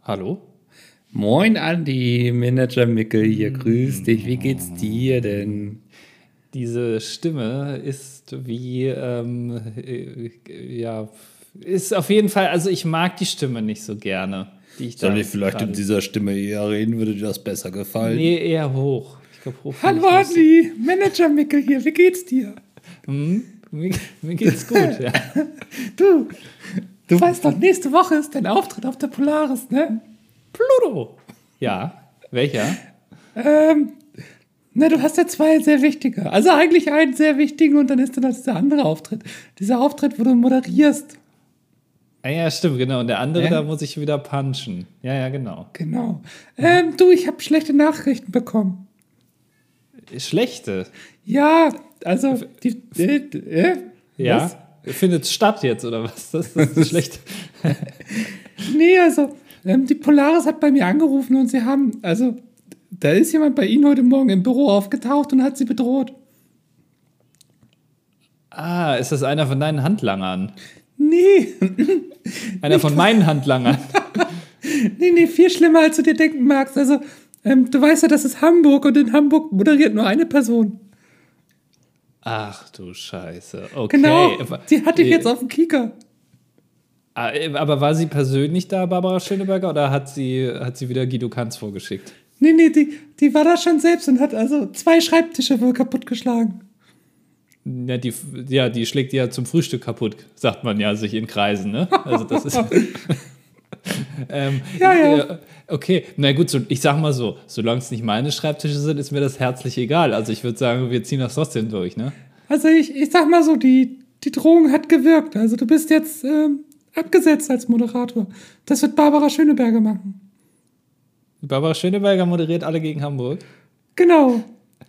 Hallo? Moin Andi, Manager Mickel hier, grüß dich, wie geht's dir denn? Diese Stimme ist wie, ja, ist auf jeden Fall, also ich mag die Stimme nicht so gerne, die ich da Soll ich vielleicht in gerade. dieser Stimme eher reden, würde dir das besser gefallen? Nee, eher hoch. Ich glaube, hoch finde Hallo ich lustig. Andi, Manager Mickel hier, wie geht's dir? Mir geht's gut, ja. Du weißt doch, nächste Woche ist dein Auftritt auf der Polaris, ne? Pluto. Ja, welcher? Na, du hast ja zwei sehr wichtige. Also eigentlich einen sehr wichtigen und dann ist dann noch dieser andere Auftritt. Dieser Auftritt, wo du moderierst. Ah, ja, stimmt, genau. Und der andere, Hä? da muss ich wieder punchen. Ja, ja, genau. Genau. Ich habe schlechte Nachrichten bekommen. Schlechte. Ja, also Ja. Was? Findet statt jetzt, oder was? Das ist schlecht. Nee, also, die Polaris hat bei mir angerufen und sie haben, also, da ist jemand bei Ihnen heute Morgen im Büro aufgetaucht und hat sie bedroht. Ah, ist das einer von deinen Handlangern? Nee, Einer von meinen Handlangern? nee, viel schlimmer, als du dir denken magst. Also, du weißt ja, das ist Hamburg und in Hamburg moderiert nur eine Person. Ach du Scheiße. Okay. Genau, die hatte ich jetzt auf dem Kieker. Aber war sie persönlich da, Barbara Schöneberger, oder hat sie wieder Guido Kanz vorgeschickt? Nee, die war da schon selbst und hat also 2 Schreibtische wohl kaputtgeschlagen. Ja, die schlägt ja zum Frühstück kaputt, sagt man ja sich in Kreisen, ne? Also das ist. Ja. Okay, na gut, ich sag mal so, solange es nicht meine Schreibtische sind, ist mir das herzlich egal. Also ich würde sagen, wir ziehen das trotzdem durch, ne? Also ich sag mal so, die Drohung hat gewirkt. Also du bist jetzt abgesetzt als Moderator. Das wird Barbara Schöneberger machen. Barbara Schöneberger moderiert alle gegen Hamburg. Genau.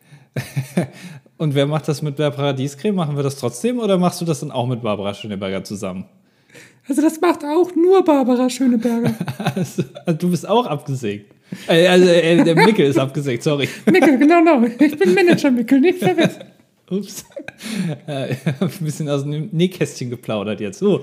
Und wer macht das mit der Paradiescreme? Machen wir das trotzdem oder machst du das dann auch mit Barbara Schöneberger zusammen? Also das macht auch nur Barbara Schöneberger. Also du bist auch abgesägt. Der Mickel ist abgesägt, sorry. Mickel, genau. Ich bin Manager Mickel, nicht vergessen. Ups. Ein bisschen aus dem Nähkästchen geplaudert jetzt. So.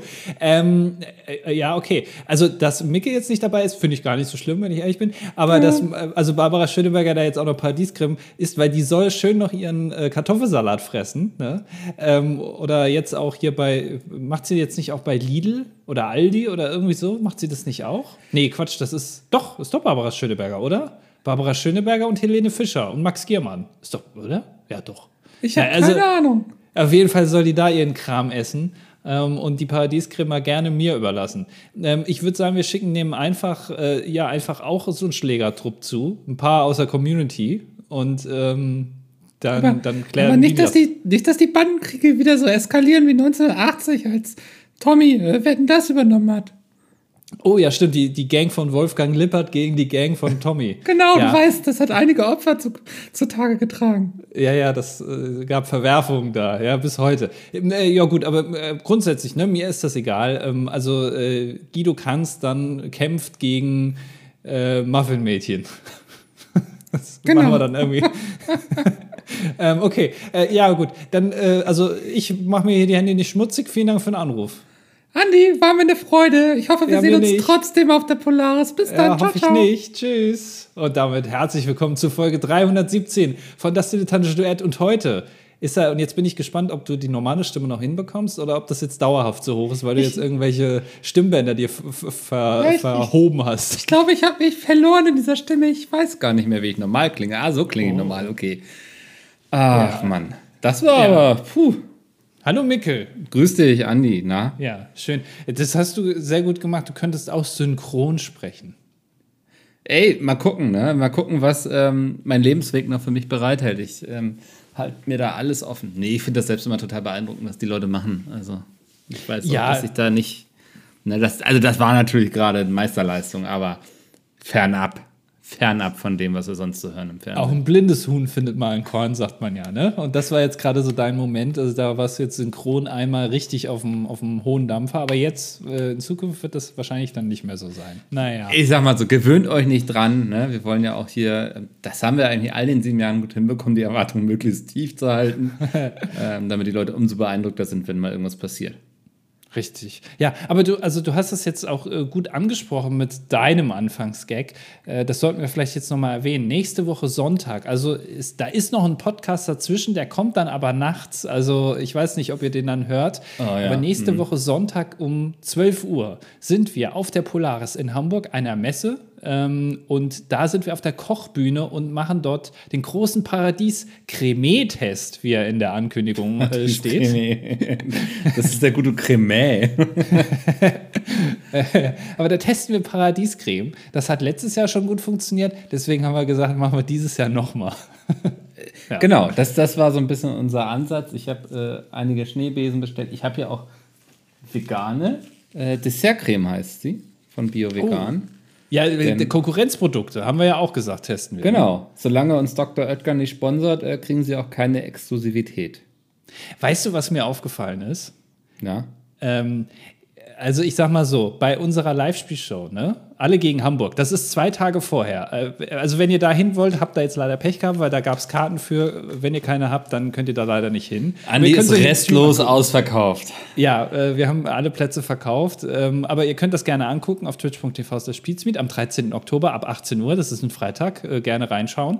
Ja, okay. Also, dass Mickel jetzt nicht dabei ist, finde ich gar nicht so schlimm, wenn ich ehrlich bin. Aber dass Barbara Schöneberger da jetzt auch noch Paradiescreme isst, weil die soll schön noch ihren Kartoffelsalat fressen. Ne? Oder jetzt auch hier macht sie jetzt nicht auch bei Lidl oder Aldi oder irgendwie so? Macht sie das nicht auch? Nee, Quatsch, ist doch Barbara Schöneberger, oder? Barbara Schöneberger und Helene Fischer und Max Giermann. Ist doch, oder? Ja, doch. Ich habe keine Ahnung. Auf jeden Fall soll die da ihren Kram essen und die Paradiescreme gerne mir überlassen. Ich würde sagen, wir schicken dem einfach auch so einen Schlägertrupp zu. Ein paar aus der Community. Und dann klären aber nicht, die dass die Bandenkriege wieder so eskalieren wie 1980, als Tommy Wetten, das übernommen hat. Oh ja, stimmt, die Gang von Wolfgang Lippert gegen die Gang von Tommy. Genau, ja. Du weißt, das hat einige Opfer zutage getragen. Ja, das gab Verwerfungen da, ja, bis heute. Ja gut, aber grundsätzlich, ne, mir ist das egal. Guido Kanz dann kämpft gegen Muffinmädchen. Das machen wir dann irgendwie. Okay, ja gut, dann, ich mache mir hier die Hände nicht schmutzig. Vielen Dank für den Anruf. Andi, war mir eine Freude. Ich hoffe, wir sehen uns trotzdem auf der Polaris. Bis dann, ciao, hoffe ich nicht. Tschüss. Und damit herzlich willkommen zu Folge 317 von Das Dilettantische Duett. Und heute und jetzt bin ich gespannt, ob du die normale Stimme noch hinbekommst oder ob das jetzt dauerhaft so hoch ist, weil du jetzt irgendwelche Stimmbänder dir verhoben hast. Ich glaube, ich habe mich verloren in dieser Stimme. Ich weiß gar nicht mehr, wie ich normal klinge. So klinge ich normal, okay. Ach, ja. Mann. Das war aber, Hallo Mickel. Grüß dich, Andi, na? Ja, schön. Das hast du sehr gut gemacht. Du könntest auch synchron sprechen. Ey, mal gucken, ne? Mal gucken, was mein Lebensweg noch für mich bereithält. Ich halte mir da alles offen. Nee, ich finde das selbst immer total beeindruckend, was die Leute machen. Also, ich weiß auch, dass ich da nicht... Ne, das war natürlich gerade eine Meisterleistung, aber fernab von dem, was wir sonst so hören im Fernsehen. Auch ein blindes Huhn findet mal ein Korn, sagt man ja, ne? Und das war jetzt gerade so dein Moment. Also da warst du jetzt synchron einmal richtig auf dem hohen Dampfer. Aber jetzt, in Zukunft wird das wahrscheinlich dann nicht mehr so sein. Naja. Ich sag mal so, gewöhnt euch nicht dran. Ne? Wir wollen ja auch hier, das haben wir eigentlich all den 7 Jahren gut hinbekommen, die Erwartungen möglichst tief zu halten, damit die Leute umso beeindruckter sind, wenn mal irgendwas passiert. Richtig. Ja, aber du hast das jetzt auch gut angesprochen mit deinem Anfangsgag. Das sollten wir vielleicht jetzt nochmal erwähnen. Nächste Woche Sonntag, da ist noch ein Podcast dazwischen, der kommt dann aber nachts. Also ich weiß nicht, ob ihr den dann hört. Oh, ja. Aber nächste Woche Sonntag um 12 Uhr sind wir auf der Polaris in Hamburg, einer Messe. Und da sind wir auf der Kochbühne und machen dort den großen Paradies-Cremé-Test, wie er in der Ankündigung steht. Das ist der gute Cremé. Aber da testen wir Paradiescreme. Das hat letztes Jahr schon gut funktioniert. Deswegen haben wir gesagt, machen wir dieses Jahr nochmal. Ja. Genau, das war so ein bisschen unser Ansatz. Ich habe einige Schneebesen bestellt. Ich habe ja auch vegane Dessertcreme, heißt sie, von Bio Vegan. Oh. Ja, Konkurrenzprodukte, haben wir ja auch gesagt, testen wir. Genau, solange uns Dr. Oetker nicht sponsert, kriegen sie auch keine Exklusivität. Weißt du, was mir aufgefallen ist? Ja. Also ich sag mal so, bei unserer Live-Spielshow, ne? Alle gegen Hamburg, das ist 2 Tage vorher. Also wenn ihr da hin wollt, habt ihr jetzt leider Pech gehabt, weil da gab es Karten für. Wenn ihr keine habt, dann könnt ihr da leider nicht hin. Andi ist restlos ausverkauft. Ja, wir haben alle Plätze verkauft. Aber ihr könnt das gerne angucken auf twitch.tv/Spielsmeet am 13. Oktober ab 18 Uhr. Das ist ein Freitag. Gerne reinschauen.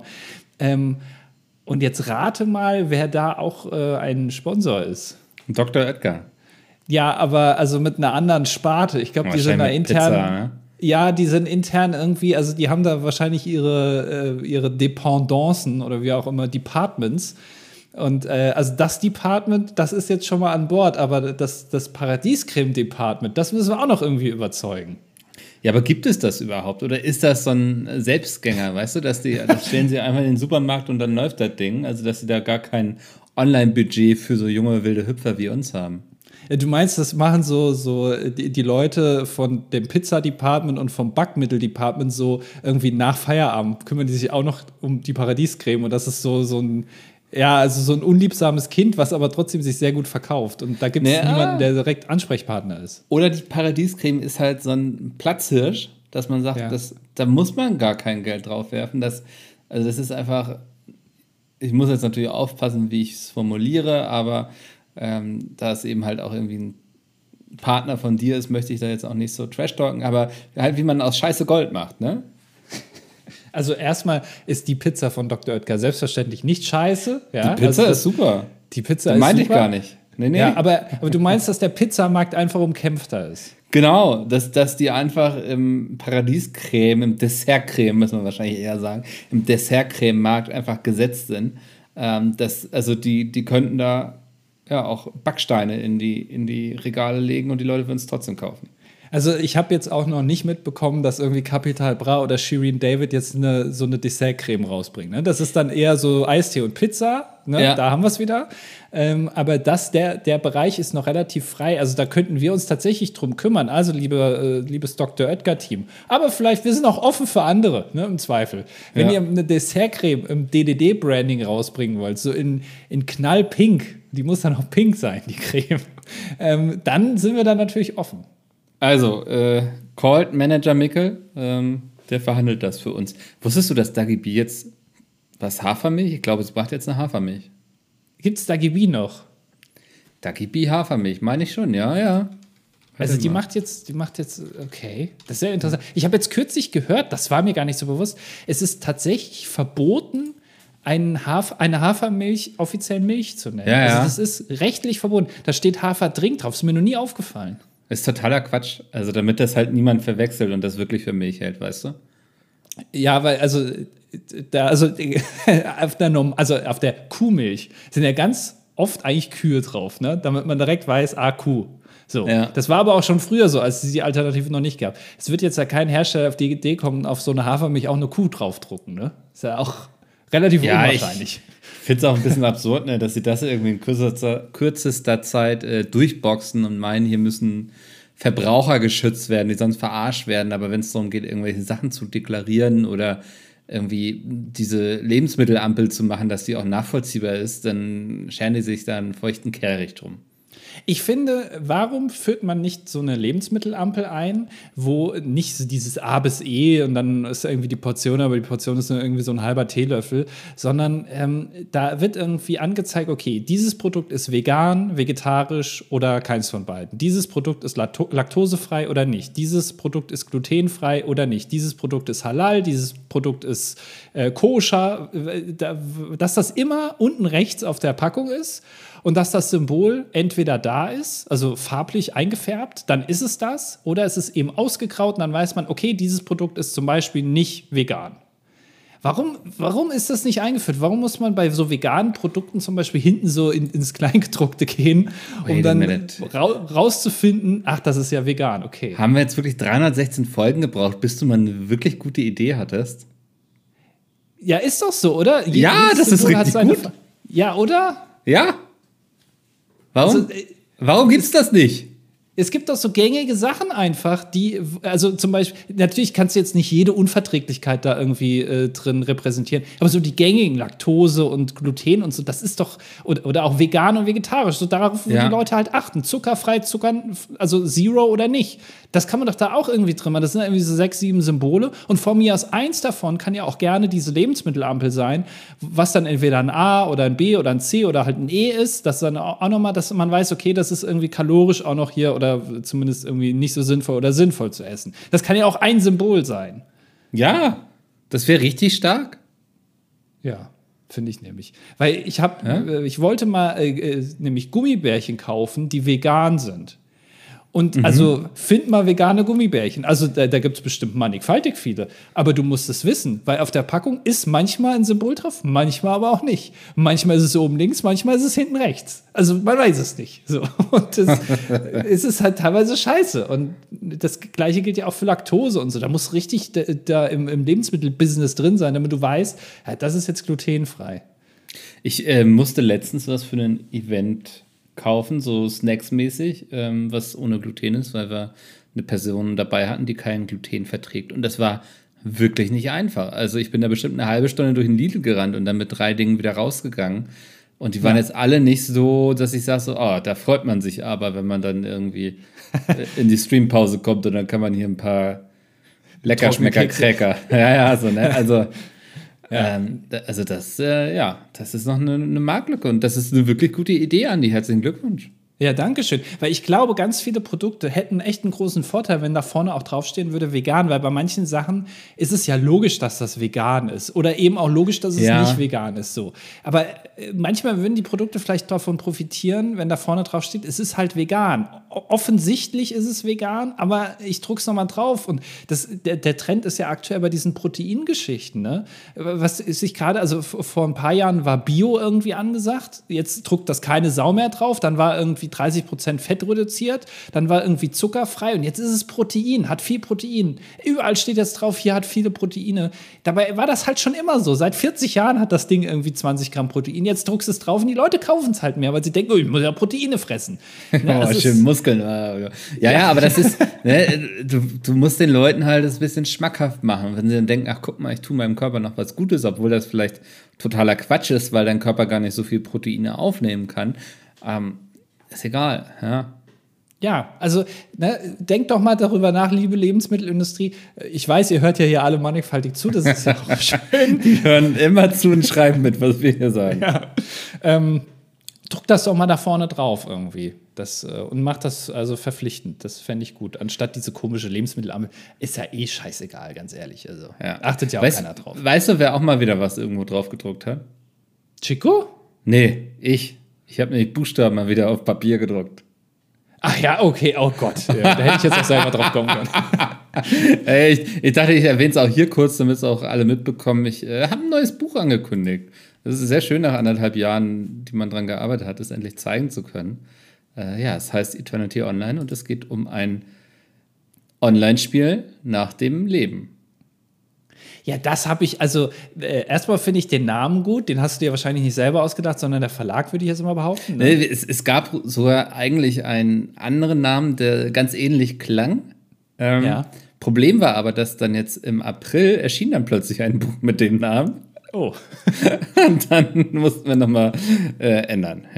Und jetzt rate mal, wer da auch ein Sponsor ist. Dr. Oetker. Ja, aber also mit einer anderen Sparte. Ich glaube, die sind da intern. Pizza, ne? Ja, die sind intern irgendwie, also die haben da wahrscheinlich ihre Dependancen oder wie auch immer, Departments. Und also das Department, das ist jetzt schon mal an Bord, aber das Paradiescreme-Department, das müssen wir auch noch irgendwie überzeugen. Ja, aber gibt es das überhaupt? Oder ist das so ein Selbstgänger, weißt du, das stellen sie einfach in den Supermarkt und dann läuft das Ding, also dass sie da gar kein Online-Budget für so junge, wilde Hüpfer wie uns haben? Ja, du meinst, das machen so die Leute von dem Pizza-Department und vom Backmittel-Department so irgendwie nach Feierabend kümmern die sich auch noch um die Paradiescreme und das ist so ein unliebsames Kind, was aber trotzdem sich sehr gut verkauft. Und da gibt es niemanden, der direkt Ansprechpartner ist. Oder die Paradiescreme ist halt so ein Platzhirsch, dass man sagt, da muss man gar kein Geld drauf werfen. Das ist einfach, ich muss jetzt natürlich aufpassen, wie ich es formuliere, aber da es eben halt auch irgendwie ein Partner von dir ist, möchte ich da jetzt auch nicht so trash-talken, aber halt, wie man aus Scheiße Gold macht, ne? Also erstmal ist die Pizza von Dr. Oetker selbstverständlich nicht scheiße. Ja? Die Pizza ist super. Die Pizza ist super. Meinte ich gar nicht. Nee. Ja, aber du meinst, dass der Pizzamarkt einfach umkämpfter ist? Genau, dass die einfach im Paradiescreme, im Dessertcreme, müssen wir wahrscheinlich eher sagen, im Dessertcreme-Markt einfach gesetzt sind. Die könnten da ja auch Backsteine in die Regale legen und die Leute würden es trotzdem kaufen. Also ich habe jetzt auch noch nicht mitbekommen, dass irgendwie Capital Bra oder Shirin David jetzt so eine Dessertcreme rausbringen. Ne? Das ist dann eher so Eistee und Pizza, ne? Ja. Da haben wir es wieder. Aber der Bereich ist noch relativ frei. Also da könnten wir uns tatsächlich drum kümmern. Also liebes Dr. Oetker-Team. Aber vielleicht, wir sind auch offen für andere, ne? Im Zweifel. Wenn ihr eine Dessertcreme im DDD-Branding rausbringen wollt, so in knallpink, die muss dann auch pink sein, die Creme, dann sind wir da natürlich offen. Also, called Manager Mickel, der verhandelt das für uns. Wusstest du, dass Dagi B jetzt Hafermilch? Ich glaube, es macht jetzt eine Hafermilch. Gibt es Dagi B noch? Dagi B Hafermilch, meine ich schon, ja. Also die macht jetzt, okay, das ist sehr interessant. Ich habe jetzt kürzlich gehört, das war mir gar nicht so bewusst, es ist tatsächlich verboten, eine Hafermilch offiziell Milch zu nennen. Ja. Also das ist rechtlich verboten. Da steht Haferdrink drauf, ist mir noch nie aufgefallen. Ist totaler Quatsch. Also damit das halt niemand verwechselt und das wirklich für Milch hält, weißt du? Ja, weil auf der Kuhmilch sind ja ganz oft eigentlich Kühe drauf, ne? Damit man direkt weiß, Kuh. So. Ja. Das war aber auch schon früher so, als es die Alternative noch nicht gab. Es wird jetzt ja kein Hersteller auf die Idee kommen, auf so eine Hafermilch auch eine Kuh draufdrucken, ne? Ist ja auch relativ unwahrscheinlich. Ich finde es auch ein bisschen absurd, ne, dass sie das irgendwie in kürzester Zeit durchboxen und meinen, hier müssen Verbraucher geschützt werden, die sonst verarscht werden. Aber wenn es darum geht, irgendwelche Sachen zu deklarieren oder irgendwie diese Lebensmittelampel zu machen, dass die auch nachvollziehbar ist, dann scheren die sich da einen feuchten Kehricht drum. Ich finde, warum führt man nicht so eine Lebensmittelampel ein, wo nicht so dieses A bis E und dann ist irgendwie die Portion, aber die Portion ist nur irgendwie so ein halber Teelöffel, sondern da wird irgendwie angezeigt, okay, dieses Produkt ist vegan, vegetarisch oder keins von beiden. Dieses Produkt ist laktosefrei oder nicht. Dieses Produkt ist glutenfrei oder nicht. Dieses Produkt ist halal, dieses Produkt ist koscher. Dass das immer unten rechts auf der Packung ist und dass das Symbol entweder da ist, also farblich eingefärbt, dann ist es das, oder es ist eben ausgegraut und dann weiß man, okay, dieses Produkt ist zum Beispiel nicht vegan. Warum ist das nicht eingeführt? Warum muss man bei so veganen Produkten zum Beispiel hinten so ins Kleingedruckte gehen, um dann rauszufinden, ach, das ist ja vegan, okay. Haben wir jetzt wirklich 316 Folgen gebraucht, bis du mal eine wirklich gute Idee hattest? Ja, ist doch so, oder? Ja, das ist richtig gut. Ja, oder? Ja. Warum gibt's das nicht? Es gibt doch so gängige Sachen einfach, die, also zum Beispiel, natürlich kannst du jetzt nicht jede Unverträglichkeit da irgendwie drin repräsentieren, aber so die gängigen Laktose und Gluten und so, das ist doch, oder auch vegan und vegetarisch, so darauf, wo die Leute halt achten, zuckerfrei, also Zero oder nicht. Das kann man doch da auch irgendwie drin machen. Das sind irgendwie so 6, 7 Symbole und von mir aus eins davon kann ja auch gerne diese Lebensmittelampel sein, was dann entweder ein A oder ein B oder ein C oder halt ein E ist, das dann auch nochmal, dass man weiß, okay, das ist irgendwie kalorisch auch noch hier oder zumindest irgendwie nicht so sinnvoll oder sinnvoll zu essen. Das kann ja auch ein Symbol sein. Ja, das wäre richtig stark. Ja, finde ich nämlich. Weil ich wollte mal nämlich Gummibärchen kaufen, die vegan sind. Und also find mal vegane Gummibärchen. Also da gibt es bestimmt mannigfaltig viele. Aber du musst es wissen, weil auf der Packung ist manchmal ein Symbol drauf, manchmal aber auch nicht. Manchmal ist es oben links, manchmal ist es hinten rechts. Also man weiß es nicht. So. Und es ist halt teilweise scheiße. Und das Gleiche gilt ja auch für Laktose und so. Da muss richtig da im Lebensmittelbusiness drin sein, damit du weißt, ja, das ist jetzt glutenfrei. Ich musste letztens was für ein Event kaufen, so snacksmäßig, was ohne Gluten ist, weil wir eine Person dabei hatten, die kein Gluten verträgt. Und das war wirklich nicht einfach. Also ich bin da bestimmt eine halbe Stunde durch den Lidl gerannt und dann mit 3 Dingen wieder rausgegangen. Und die waren jetzt alle nicht so, dass ich sage so, oh, da freut man sich aber, wenn man dann irgendwie in die Streampause kommt und dann kann man hier ein paar Leckerschmecker-Cracker. Ja, so, ne? Also also das ist noch eine Marktlücke und das ist eine wirklich gute Idee, Andi. Herzlichen Glückwunsch. Ja, danke schön. Weil ich glaube, ganz viele Produkte hätten echt einen großen Vorteil, wenn da vorne auch draufstehen würde, vegan. Weil bei manchen Sachen ist es ja logisch, dass das vegan ist. Oder eben auch logisch, dass es nicht vegan ist. So. Aber manchmal würden die Produkte vielleicht davon profitieren, wenn da vorne drauf steht, es ist halt vegan. Offensichtlich ist es vegan, aber ich druck's nochmal drauf. Und der Trend ist ja aktuell bei diesen Proteingeschichten. Ne? Was sich gerade, also vor ein paar Jahren war Bio irgendwie angesagt. Jetzt druckt das keine Sau mehr drauf. Dann war irgendwie 30% Fett reduziert, dann war irgendwie zuckerfrei und jetzt ist es Protein, hat viel Protein. Überall steht jetzt drauf, hier hat viele Proteine. Dabei war das halt schon immer so. Seit 40 Jahren hat das Ding irgendwie 20 Gramm Protein. Jetzt druckst du es drauf und die Leute kaufen es halt mehr, weil sie denken, oh, ich muss ja Proteine fressen. Ne, schön Muskeln. Ja, aber das ist, ne, du musst den Leuten halt das ein bisschen schmackhaft machen. Wenn sie dann denken, ach guck mal, ich tue meinem Körper noch was Gutes, obwohl das vielleicht totaler Quatsch ist, weil dein Körper gar nicht so viel Proteine aufnehmen kann. Ist egal, ja. Ja, also denkt doch mal darüber nach, liebe Lebensmittelindustrie. Ich weiß, ihr hört ja hier alle mannigfaltig zu, das ist ja auch schön. Die hören immer zu und schreiben mit, was wir hier sagen. Ja. Druck das doch mal da vorne drauf irgendwie. Und macht das also verpflichtend. Das fände ich gut. Anstatt diese komische Lebensmittelampel. Ist ja eh scheißegal, ganz ehrlich. Also achtet ja auch keiner drauf. Weißt du, wer auch mal wieder was irgendwo drauf gedruckt hat? Chico? Nee, ich. Ich habe nämlich Buchstaben mal wieder auf Papier gedruckt. Ach ja, okay, oh Gott. Ja, da hätte ich jetzt auch selber drauf kommen können. Ich dachte, ich erwähne es auch hier kurz, damit es auch alle mitbekommen. Ich habe ein neues Buch angekündigt. Das ist sehr schön, nach 1,5 Jahren, die man daran gearbeitet hat, es endlich zeigen zu können. Es heißt Eternity Online und es geht um ein Online-Spiel nach dem Leben. Ja, das habe ich, also erstmal finde ich den Namen gut, den hast du dir wahrscheinlich nicht selber ausgedacht, sondern der Verlag, würde ich jetzt immer behaupten. Ne? Es gab sogar eigentlich einen anderen Namen, der ganz ähnlich klang. Problem war aber, dass dann jetzt im April erschien dann plötzlich ein Buch mit dem Namen. Oh. Und dann mussten wir nochmal ändern, ja.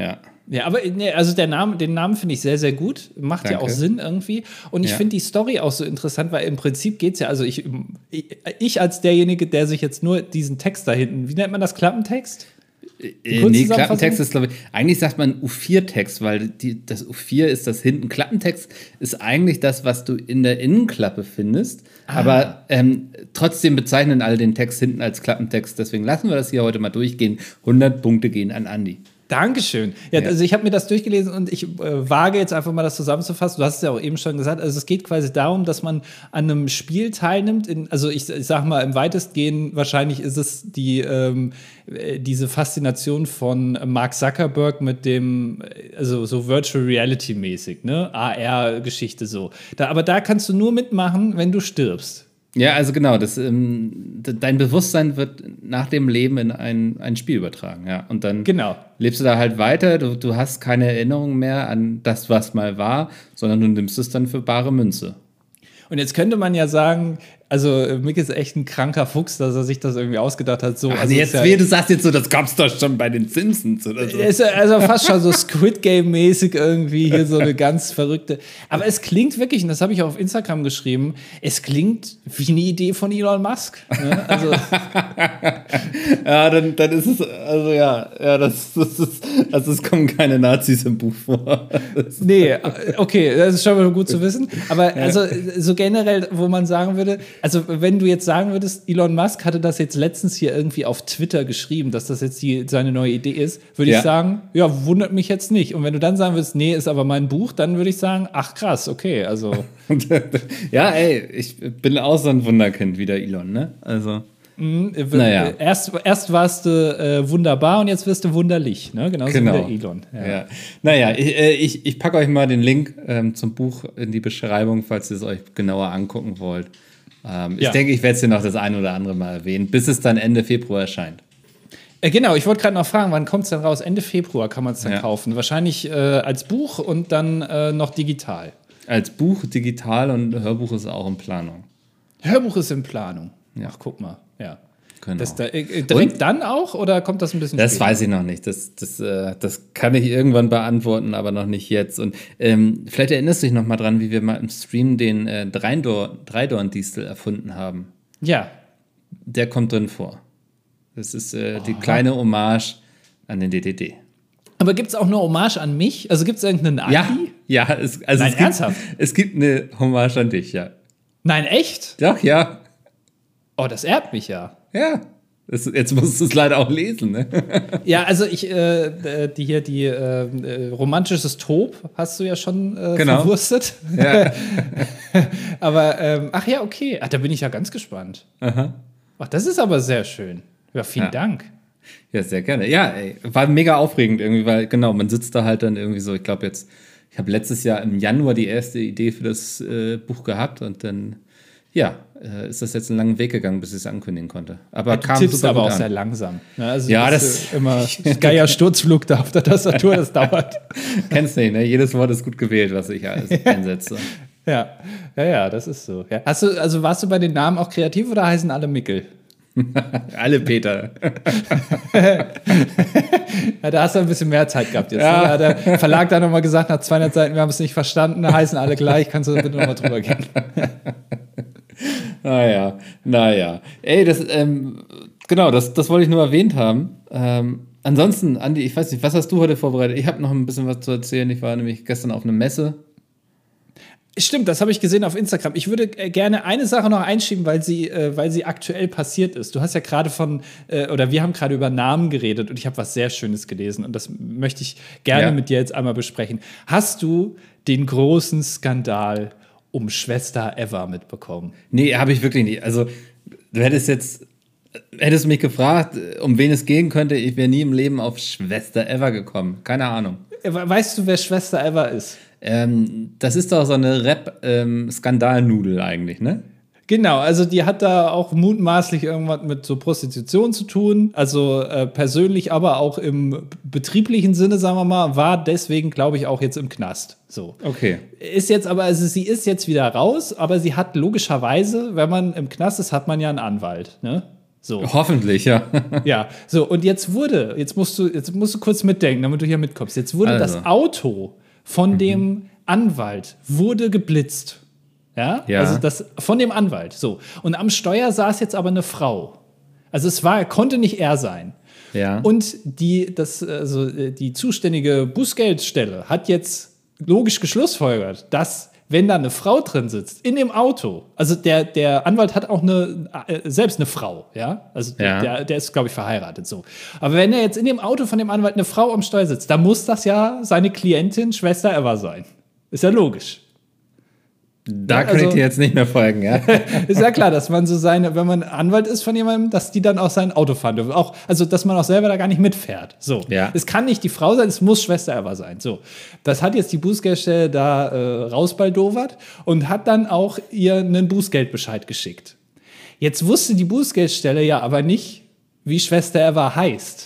Ja, aber nee, also den Namen finde ich sehr, sehr gut. Macht ja auch Sinn irgendwie. Und ich finde die Story auch so interessant, weil im Prinzip geht es ja, also ich als derjenige, der sich jetzt nur diesen Text da hinten, wie nennt man das, Klappentext? Nee, Klappentext ist, glaube ich, eigentlich sagt man U4-Text, weil das U4 ist das hinten. Klappentext ist eigentlich das, was du in der Innenklappe findest. Aber trotzdem bezeichnen alle den Text hinten als Klappentext. Deswegen lassen wir das hier heute mal durchgehen. 100 Punkte gehen an Andi. Dankeschön. Ja, also ich habe mir das durchgelesen und ich wage jetzt einfach mal das zusammenzufassen. Du hast es ja auch eben schon gesagt. Also es geht quasi darum, dass man an einem Spiel teilnimmt. Also ich sag mal, im weitestgehend wahrscheinlich ist es diese Faszination von Mark Zuckerberg mit dem, also so Virtual Reality mäßig, ne? AR-Geschichte so. Aber da kannst du nur mitmachen, wenn du stirbst. Ja, also genau, dein Bewusstsein wird nach dem Leben in ein Spiel übertragen, ja. Und dann lebst du da halt weiter, du hast keine Erinnerung mehr an das, was mal war, sondern du nimmst es dann für bare Münze. Und jetzt könnte man ja sagen, also Mick ist echt ein kranker Fuchs, dass er sich das irgendwie ausgedacht hat. So, also jetzt, du sagst jetzt so, das gab's doch schon bei den Simpsons oder so. Ist also fast schon so Squid Game-mäßig irgendwie hier so eine ganz verrückte. Aber es klingt wirklich, und das habe ich auch auf Instagram geschrieben, es klingt wie eine Idee von Elon Musk. Ne? Also ja, dann ist es, also es kommen keine Nazis im Buch vor. Nee, okay, das ist schon mal gut zu wissen. Aber also so generell, wo man sagen würde, also wenn du jetzt sagen würdest, Elon Musk hatte das jetzt letztens hier irgendwie auf Twitter geschrieben, dass das jetzt seine neue Idee ist, würde ich sagen, ja, wundert mich jetzt nicht. Und wenn du dann sagen würdest, nee, ist aber mein Buch, dann würde ich sagen, ach krass, okay, also. Ja, ey, ich bin auch so ein Wunderkind wie der Elon, ne? Also. Naja. Erst warst du wunderbar und jetzt wirst du wunderlich, ne? Genauso wie der Elon. Ja. Naja, ich packe euch mal den Link zum Buch in die Beschreibung, falls ihr es euch genauer angucken wollt. Ich denke, ich werde es hier noch das ein oder andere Mal erwähnen, bis es dann Ende Februar erscheint. Genau, ich wollte gerade noch fragen, wann kommt es denn raus? Ende Februar kann man es dann kaufen. Wahrscheinlich als Buch und dann noch digital. Als Buch, digital und Hörbuch ist auch in Planung. Hörbuch ist in Planung. Ja. Ach, guck mal. Ja. Genau. Das direkt dann auch oder kommt das ein bisschen Das später? weiß ich noch nicht. Das kann ich irgendwann beantworten, aber noch nicht jetzt. Und vielleicht erinnerst du dich noch mal dran, wie wir mal im Stream den Dreidorn-Distel erfunden haben. Ja. Der kommt drin vor. Das ist die kleine Hommage an den DDD. Aber gibt es auch eine Hommage an mich? Also gibt es irgendeinen Andi? Ja. Ernsthaft? Es gibt eine Hommage an dich, ja. Nein, echt? Doch, ja. Oh, das ehrt mich ja. Ja. Jetzt musst du es leider auch lesen, ne? Ja, also romantisches Tob hast du ja schon verwurstet. Ja. Aber, ach ja, okay. Ach, da bin ich ja ganz gespannt. Aha. Ach, das ist aber sehr schön. Ja, vielen Dank. Ja, sehr gerne. Ja, ey, war mega aufregend irgendwie, weil genau, man sitzt da halt dann irgendwie so, ich habe letztes Jahr im Januar die erste Idee für das Buch gehabt und dann, ist das jetzt einen langen Weg gegangen, bis ich es ankündigen konnte. Aber du tippst aber auch sehr langsam. Ne? Also das immer Geier-Sturzflug da auf der Tastatur, das dauert. Kennst du nicht, ne? Jedes Wort ist gut gewählt, was ich einsetze. Ja, das ist so. Ja. Warst du bei den Namen auch kreativ oder heißen alle Mickel? Alle Peter. Ja, da hast du ein bisschen mehr Zeit gehabt jetzt. Ja. Da hat der Verlag da nochmal gesagt, nach 200 Seiten, wir haben es nicht verstanden, da heißen alle gleich, kannst du bitte nochmal drüber gehen. Naja. Ey, das wollte ich nur erwähnt haben. Ansonsten, Andi, ich weiß nicht, was hast du heute vorbereitet? Ich habe noch ein bisschen was zu erzählen. Ich war nämlich gestern auf einer Messe. Stimmt, das habe ich gesehen auf Instagram. Ich würde gerne eine Sache noch einschieben, weil sie aktuell passiert ist. Du hast ja gerade wir haben gerade über Namen geredet und ich habe was sehr Schönes gelesen und das möchte ich gerne mit dir jetzt einmal besprechen. Hast du den großen Skandal um Schwester Eva mitbekommen? Nee, habe ich wirklich nicht. Also, du hättest mich gefragt, um wen es gehen könnte, ich wäre nie im Leben auf Schwester Eva gekommen. Keine Ahnung. Weißt du, wer Schwester Eva ist? Das ist doch so eine Rap-Skandalnudel eigentlich, ne? Genau, also die hat da auch mutmaßlich irgendwas mit so Prostitution zu tun, also persönlich, aber auch im betrieblichen Sinne, sagen wir mal, war deswegen, glaube ich, auch jetzt im Knast. So. Okay. Sie ist jetzt wieder raus, aber sie hat logischerweise, wenn man im Knast ist, hat man ja einen Anwalt, ne? So. Hoffentlich, ja. Ja, so, und jetzt musst du kurz mitdenken, damit du hier mitkommst. Jetzt wurde das Auto von dem Anwalt wurde geblitzt. Ja? Also von dem Anwalt. So. Und am Steuer saß jetzt aber eine Frau. Also konnte nicht er sein. Ja. Und die zuständige Bußgeldstelle hat jetzt logisch geschlussfolgert, dass, wenn da eine Frau drin sitzt, in dem Auto, also der Anwalt hat auch selbst eine Frau, ja? Also der ist, glaube ich, verheiratet, so. Aber wenn er jetzt in dem Auto von dem Anwalt eine Frau am Steuer sitzt, dann muss das ja seine Klientin, Schwester Eva sein. Ist ja logisch. Da kann ich dir jetzt nicht mehr folgen, ja. Ist ja klar, dass man wenn man Anwalt ist von jemandem, dass die dann auch sein Auto fahren dürfen. Also, dass man auch selber da gar nicht mitfährt. So. Ja. Es kann nicht die Frau sein, es muss Schwester Eva sein. So. Das hat jetzt die Bußgeldstelle da rausbaldowert und hat dann auch ihr einen Bußgeldbescheid geschickt. Jetzt wusste die Bußgeldstelle ja aber nicht, wie Schwester Eva heißt.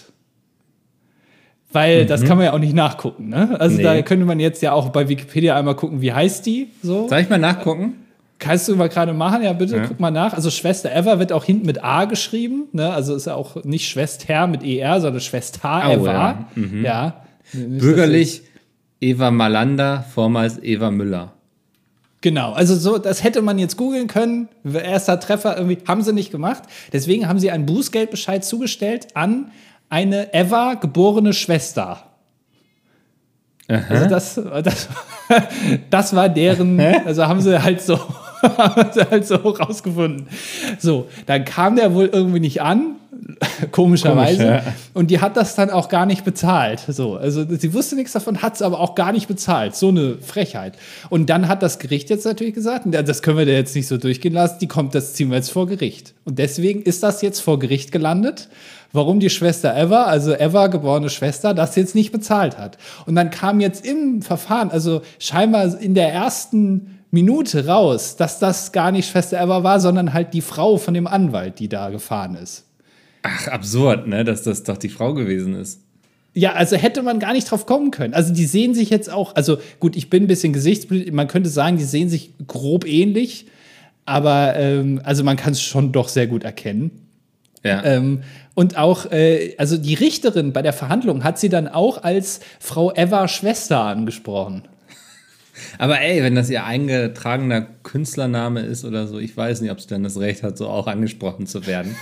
Weil das kann man ja auch nicht nachgucken, ne? Also da könnte man jetzt ja auch bei Wikipedia einmal gucken, wie heißt die? So. Soll ich mal nachgucken? Kannst du mal gerade machen? Ja, bitte, guck mal nach. Also Schwester Eva wird auch hinten mit A geschrieben, ne? Also ist ja auch nicht Schwester mit ER, sondern Schwester Eva. Ja. Bürgerlich Eva Malander, vormals Eva Müller. Genau, also so, das hätte man jetzt googeln können. Erster Treffer, irgendwie haben sie nicht gemacht. Deswegen haben sie einen Bußgeldbescheid zugestellt an eine Eva geborene Schwester. Aha. Also das war deren, also haben sie halt so rausgefunden. So, dann kam der wohl irgendwie nicht an, komischerweise. Komisch, ja. Und die hat das dann auch gar nicht bezahlt. So, also sie wusste nichts davon, hat es aber auch gar nicht bezahlt. So eine Frechheit. Und dann hat das Gericht jetzt natürlich gesagt, das können wir da jetzt nicht so durchgehen lassen, das ziehen wir jetzt vor Gericht. Und deswegen ist das jetzt vor Gericht gelandet. Warum die Schwester Eva, also Eva, geborene Schwester, das jetzt nicht bezahlt hat. Und dann kam jetzt im Verfahren, also scheinbar in der ersten Minute raus, dass das gar nicht Schwester Eva war, sondern halt die Frau von dem Anwalt, die da gefahren ist. Ach, absurd, ne, dass das doch die Frau gewesen ist. Ja, also hätte man gar nicht drauf kommen können. Also die sehen sich jetzt auch, also gut, ich bin ein bisschen gesichtsblind, man könnte sagen, die sehen sich grob ähnlich, aber also man kann es schon doch sehr gut erkennen. Ja. Und auch, also die Richterin bei der Verhandlung hat sie dann auch als Frau Eva Schwester angesprochen. Aber ey, wenn das ihr eingetragener Künstlername ist oder so, ich weiß nicht, ob sie dann das Recht hat, so auch angesprochen zu werden.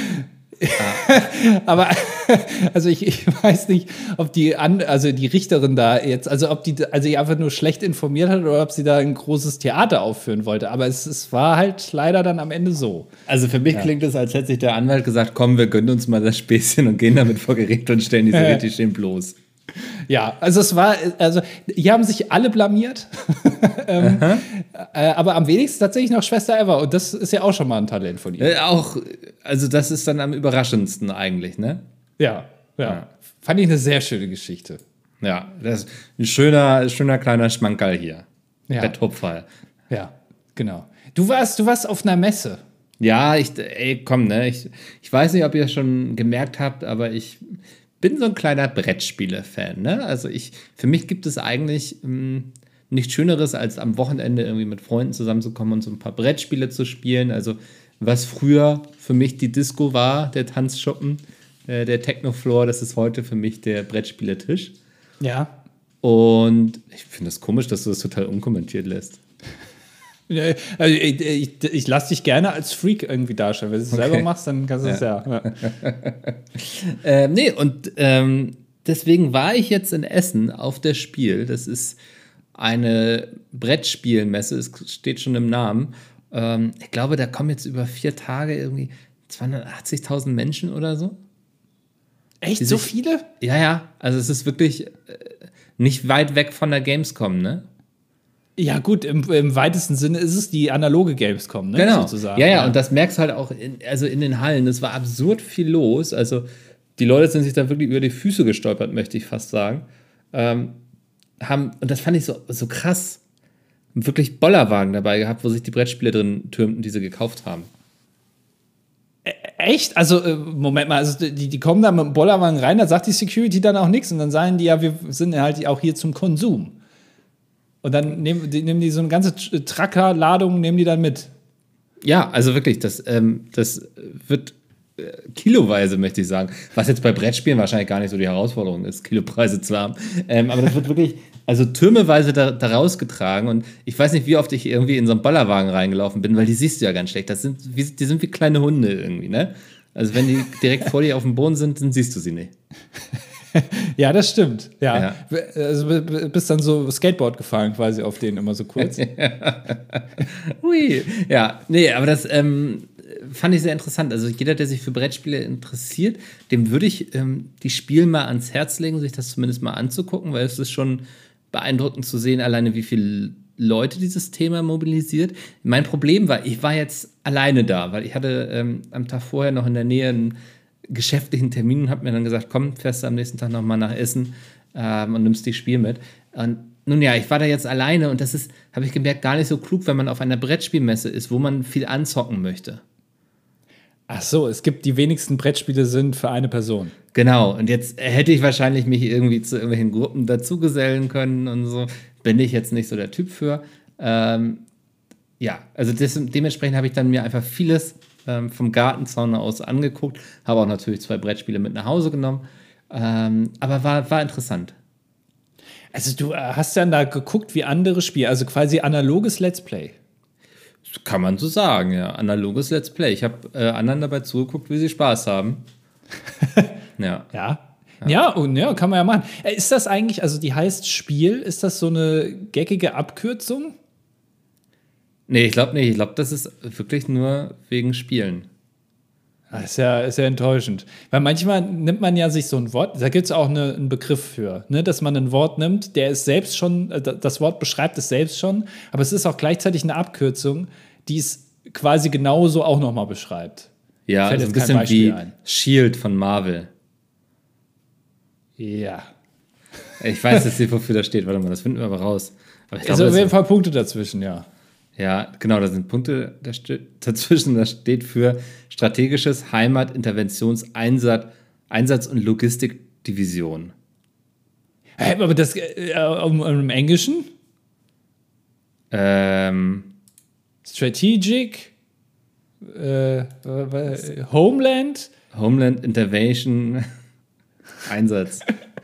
Aber also ich weiß nicht, ob die Richterin da jetzt, also ob die einfach nur schlecht informiert hat oder ob sie da ein großes Theater aufführen wollte. Aber es war halt leider dann am Ende so. Also für mich klingt es, als hätte sich der Anwalt gesagt, komm, wir gönnen uns mal das Späßchen und gehen damit vor Gericht und stellen die so richtig schön bloß. Ja, also hier haben sich alle blamiert, aber am wenigsten tatsächlich noch Schwester Eva und das ist ja auch schon mal ein Talent von ihr. Also das ist dann am überraschendsten eigentlich, ne? Ja. Fand ich eine sehr schöne Geschichte. Ja, das ist ein schöner kleiner Schmankerl hier. Ja. Der Topfall. Ja, genau. Du warst auf einer Messe. Ja, komm, ne? Ich weiß nicht, ob ihr es schon gemerkt habt, aber ich bin so ein kleiner Brettspiele-Fan, ne? Also für mich gibt es eigentlich nichts Schöneres, als am Wochenende irgendwie mit Freunden zusammenzukommen und so ein paar Brettspiele zu spielen. Also was früher für mich die Disco war, der Tanzschuppen, der Techno-Floor, das ist heute für mich der Brettspieletisch. Ja. Und ich finde das komisch, dass du das total unkommentiert lässt. Also ich lasse dich gerne als Freak irgendwie darstellen. Wenn du es selber machst, dann kannst du es ja. Deswegen war ich jetzt in Essen auf der Spiel. Das ist eine Brettspielmesse, es steht schon im Namen. Ich glaube, da kommen jetzt über 4 Tage irgendwie 280.000 Menschen oder so. Echt? So viele? Ja. Also es ist wirklich nicht weit weg von der Gamescom, ne? Ja, gut, im weitesten Sinne ist es die analoge Gamescom, ne? Genau. Sozusagen. Ja, und das merkst du halt auch in den Hallen. Es war absurd viel los. Also, die Leute sind sich da wirklich über die Füße gestolpert, möchte ich fast sagen. Und das fand ich so krass. Wirklich Bollerwagen dabei gehabt, wo sich die Brettspiele drin türmten, die sie gekauft haben. Echt? Also, Moment mal, also die kommen da mit dem Bollerwagen rein, da sagt die Security dann auch nichts und dann sagen die ja, wir sind halt auch hier zum Konsum. Und dann nehmen die so eine ganze Trucker-Ladung, nehmen die dann mit. Ja, also wirklich, das wird kiloweise, möchte ich sagen. Was jetzt bei Brettspielen wahrscheinlich gar nicht so die Herausforderung ist, Kilopreise zu haben. Aber das wird wirklich, also türmeweise da rausgetragen. Und ich weiß nicht, wie oft ich irgendwie in so einen Bollerwagen reingelaufen bin, weil die siehst du ja ganz schlecht. Die sind wie kleine Hunde irgendwie, ne? Also wenn die direkt vor dir auf dem Boden sind, dann siehst du sie nicht. Ja, das stimmt. Ja. Also bist dann so Skateboard gefahren quasi auf denen immer so kurz. Hui. Ja, nee, aber das fand ich sehr interessant. Also jeder, der sich für Brettspiele interessiert, dem würde ich die Spiele mal ans Herz legen, sich das zumindest mal anzugucken, weil es ist schon beeindruckend zu sehen, alleine wie viele Leute dieses Thema mobilisiert. Mein Problem war, ich war jetzt alleine da, weil ich hatte am Tag vorher noch in der Nähe einen geschäftlichen Termin und habe mir dann gesagt, komm, fährst du am nächsten Tag nochmal nach Essen und nimmst die Spiel mit. Und nun ja, ich war da jetzt alleine und das ist, habe ich gemerkt, gar nicht so klug, wenn man auf einer Brettspielmesse ist, wo man viel anzocken möchte. Ach so, es gibt die wenigsten Brettspiele sind für eine Person. Genau, und jetzt hätte ich wahrscheinlich mich irgendwie zu irgendwelchen Gruppen dazugesellen können und so. Bin ich jetzt nicht so der Typ für. Ja, also dementsprechend habe ich dann mir einfach vieles vom Gartenzaun aus angeguckt, habe auch natürlich 2 Brettspiele mit nach Hause genommen, aber war interessant. Also du hast dann da geguckt, wie andere spielen, also quasi analoges Let's Play. Das kann man so sagen, ja, analoges Let's Play. Ich habe anderen dabei zugeguckt, wie sie Spaß haben. Ja. Ja, und ja, kann man ja machen. Ist das eigentlich, also die heißt Spiel, ist das so eine geckige Abkürzung? Nee, ich glaube nicht. Ich glaube, das ist wirklich nur wegen Spielen. Das ist ja enttäuschend. Weil manchmal nimmt man ja sich so ein Wort, da gibt es auch einen Begriff für, ne, dass man ein Wort nimmt, der ist selbst schon, das Wort beschreibt es selbst schon, aber es ist auch gleichzeitig eine Abkürzung, die es quasi genauso auch nochmal beschreibt. Ja, also ein bisschen wie Shield von Marvel. Ja. Ich weiß jetzt nicht, wofür das steht. Warte mal, das finden wir aber raus. Aber ich glaube, auf jeden Fall Punkte dazwischen, ja. Ja, genau, da sind Punkte dazwischen. Das steht für strategisches Einsatz- und Logistikdivision. Aber das im Englischen? Strategic Homeland Intervention Einsatz.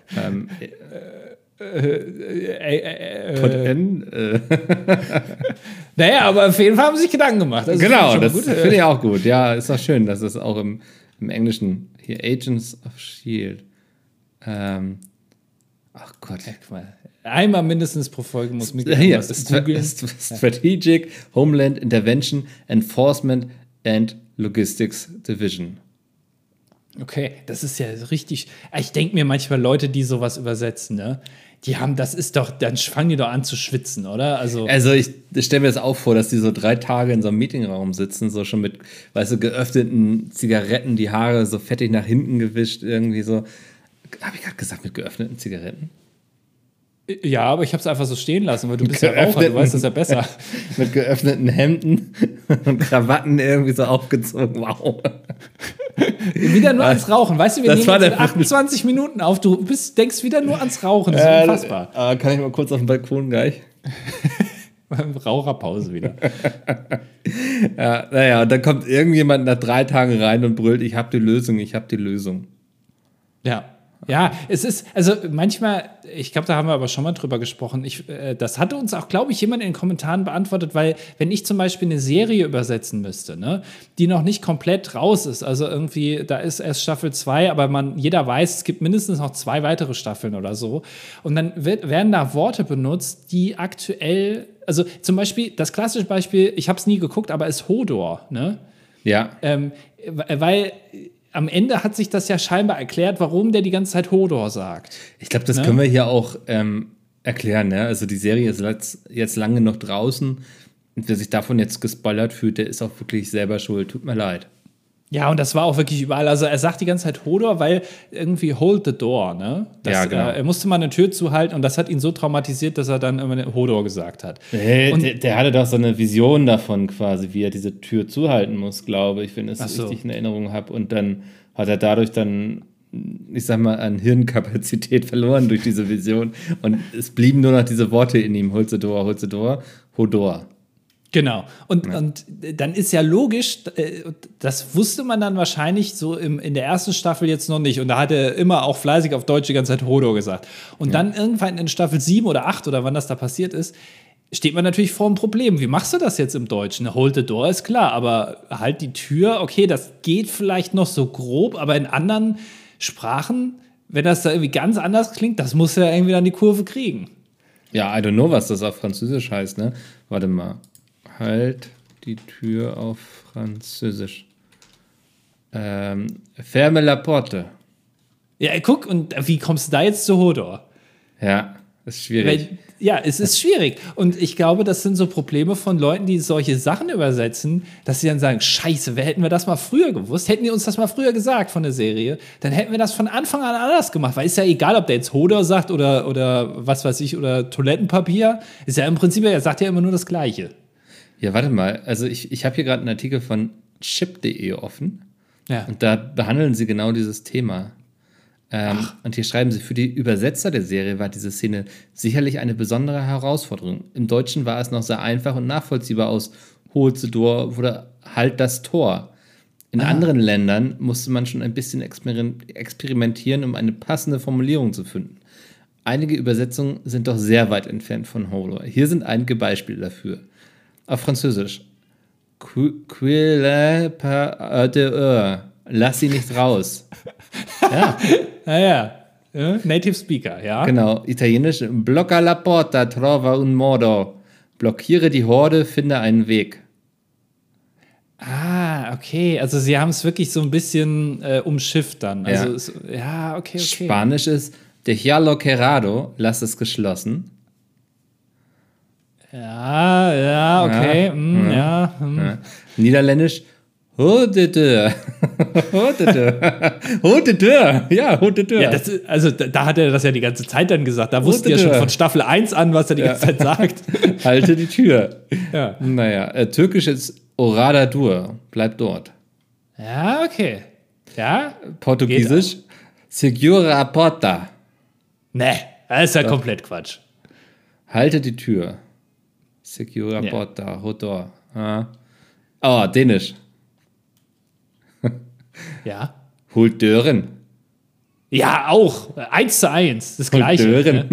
Put in. Naja, aber auf jeden Fall haben sie sich Gedanken gemacht. Also genau, das finde ich auch gut. Ja, ist doch schön, dass es auch im Englischen hier Agents of S.H.I.E.L.D. Ach Gott. Einmal mindestens pro Folge muss Micky was googeln. Strategic Homeland Intervention Enforcement and Logistics Division. Okay, das ist ja richtig. Ich denke mir manchmal, Leute, die sowas übersetzen, ne? Das ist doch, dann fangen die doch an zu schwitzen, oder? Also ich stelle mir das auch vor, dass die so 3 Tage in so einem Meetingraum sitzen, so schon mit, weißt du, geöffneten Zigaretten, die Haare so fettig nach hinten gewischt, irgendwie so. Habe ich gerade gesagt, mit geöffneten Zigaretten? Ja, aber ich habe es einfach so stehen lassen, weil du bist ja Raucher, du weißt das ja besser. Mit geöffneten Hemden und Krawatten irgendwie so aufgezogen, wow. Wieder nur ans Rauchen, weißt du, wir nehmen jetzt 28 Minuten auf, du denkst wieder nur ans Rauchen, das ist unfassbar. Kann ich mal kurz auf den Balkon gleich? Raucherpause wieder. Ja, naja, und dann kommt irgendjemand nach 3 Tagen rein und brüllt, ich habe die Lösung. Ja, es ist, also manchmal, ich glaube, da haben wir aber schon mal drüber gesprochen, das hatte uns auch, glaube ich, jemand in den Kommentaren beantwortet, weil wenn ich zum Beispiel eine Serie übersetzen müsste, ne, die noch nicht komplett raus ist, also irgendwie, da ist erst Staffel 2, aber jeder weiß, es gibt mindestens noch 2 weitere Staffeln oder so und dann werden da Worte benutzt, die aktuell, also zum Beispiel, das klassische Beispiel, ich habe es nie geguckt, aber ist Hodor, ne? Ja. Weil am Ende hat sich das ja scheinbar erklärt, warum der die ganze Zeit Hodor sagt. Ich glaube, das können wir hier auch erklären. Ne? Also die Serie ist jetzt lange noch draußen. Und wer sich davon jetzt gespoilert fühlt, der ist auch wirklich selber schuld. Tut mir leid. Ja, und das war auch wirklich überall. Also er sagt die ganze Zeit Hodor, weil irgendwie hold the door, ne? Genau. Er musste mal eine Tür zuhalten und das hat ihn so traumatisiert, dass er dann immer Hodor gesagt hat. Der hatte doch so eine Vision davon quasi, wie er diese Tür zuhalten muss, glaube ich, wenn ich es richtig in Erinnerung habe. Und dann hat er dadurch dann, ich sag mal, an Hirnkapazität verloren durch diese Vision. Und es blieben nur noch diese Worte in ihm. Hold the door, Hodor. Genau. Und dann ist ja logisch, das wusste man dann wahrscheinlich so in der ersten Staffel jetzt noch nicht. Und da hat er immer auch fleißig auf Deutsch die ganze Zeit Hodor gesagt. Und dann irgendwann in Staffel 7 oder 8 oder wann das da passiert ist, steht man natürlich vor einem Problem. Wie machst du das jetzt im Deutschen? Hold the door ist klar, aber halt die Tür, okay, das geht vielleicht noch so grob, aber in anderen Sprachen, wenn das da irgendwie ganz anders klingt, das muss ja irgendwie dann die Kurve kriegen. Ja, I don't know, was das auf Französisch heißt, ne? Warte mal. Halt die Tür auf Französisch. Ferme la porte. Ja, guck, und wie kommst du da jetzt zu Hodor? Ja, ist schwierig. Es ist schwierig. Und ich glaube, das sind so Probleme von Leuten, die solche Sachen übersetzen, dass sie dann sagen, scheiße, hätten wir das mal früher gewusst? Hätten die uns das mal früher gesagt von der Serie, dann hätten wir das von Anfang an anders gemacht. Weil ist ja egal, ob der jetzt Hodor sagt oder was weiß ich, oder Toilettenpapier. Ist ja im Prinzip, er sagt ja immer nur das Gleiche. Ja, warte mal. Also ich habe hier gerade einen Artikel von chip.de offen. Ja. Und da behandeln sie genau dieses Thema. Und hier schreiben sie, für die Übersetzer der Serie war diese Szene sicherlich eine besondere Herausforderung. Im Deutschen war es noch sehr einfach und nachvollziehbar aus Hold the door wurde halt das Tor. In anderen Ländern musste man schon ein bisschen experimentieren, um eine passende Formulierung zu finden. Einige Übersetzungen sind doch sehr weit entfernt von Hodor. Hier sind einige Beispiele dafür. Auf Französisch. Lass sie nicht raus. Ja. Naja, Native Speaker, ja. Genau. Italienisch. Blocca la porta, trova un modo. Blockiere die Horde, finde einen Weg. Ah, okay. Also sie haben es wirklich so ein bisschen umschifft dann. Also okay. Spanisch ist Déjalo cerrado, lass es geschlossen. Ja, okay. Ja. Niederländisch, Hold the door. Hold the door. Hold the door. Ja, hold the door. Ja, da hat er das ja die ganze Zeit dann gesagt. Da wussten wir ja schon von Staffel 1 an, was er die ganze Zeit sagt. Halte die Tür. Ja. Naja, Türkisch ist Orada dur. Bleib dort. Ja, okay. Ja. Portugiesisch, Segura a porta. Ne, das ist ja komplett Quatsch. Halte die Tür. Segura porta. Hodor. Oh, Dänisch. Ja. Holt Dören. Ja, auch. 1:1. Das Gleiche. Dören.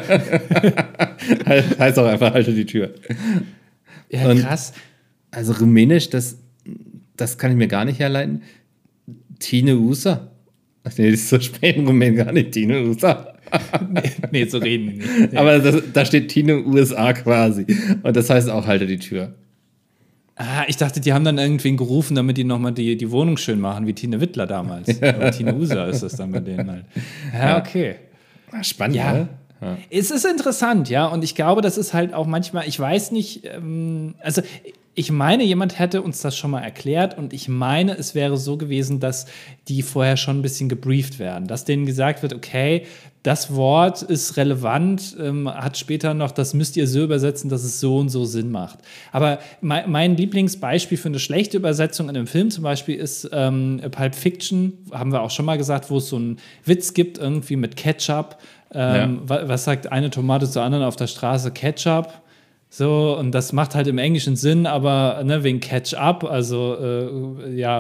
Heißt auch einfach, halte die Tür. Ja, und krass. Also Rumänisch, das kann ich mir gar nicht herleiten. Tine Usa. Ach nee, das ist so spät in Rumänien gar nicht. Tine Usa. Nee, so reden die nicht. Nee. Aber da steht Tine USA quasi. Und das heißt auch, halte die Tür. Ah, ich dachte, die haben dann irgendwen gerufen, damit die nochmal die Wohnung schön machen, wie Tine Wittler damals. Aber Tine Usa ist das dann bei denen halt. Ja, okay. Spannend, ja. Ne? Ja. Es ist interessant, ja. Und ich glaube, das ist halt auch manchmal, ich weiß nicht, also ich meine, jemand hätte uns das schon mal erklärt und ich meine, es wäre so gewesen, dass die vorher schon ein bisschen gebrieft werden. Dass denen gesagt wird, okay, das Wort ist relevant, hat später noch, das müsst ihr so übersetzen, dass es so und so Sinn macht. Aber mein Lieblingsbeispiel für eine schlechte Übersetzung in einem Film zum Beispiel ist Pulp Fiction, haben wir auch schon mal gesagt, wo es so einen Witz gibt, irgendwie mit Ketchup. Was sagt eine Tomate zur anderen auf der Straße? Ketchup. So, und das macht halt im Englischen Sinn, aber wegen Catch-up, also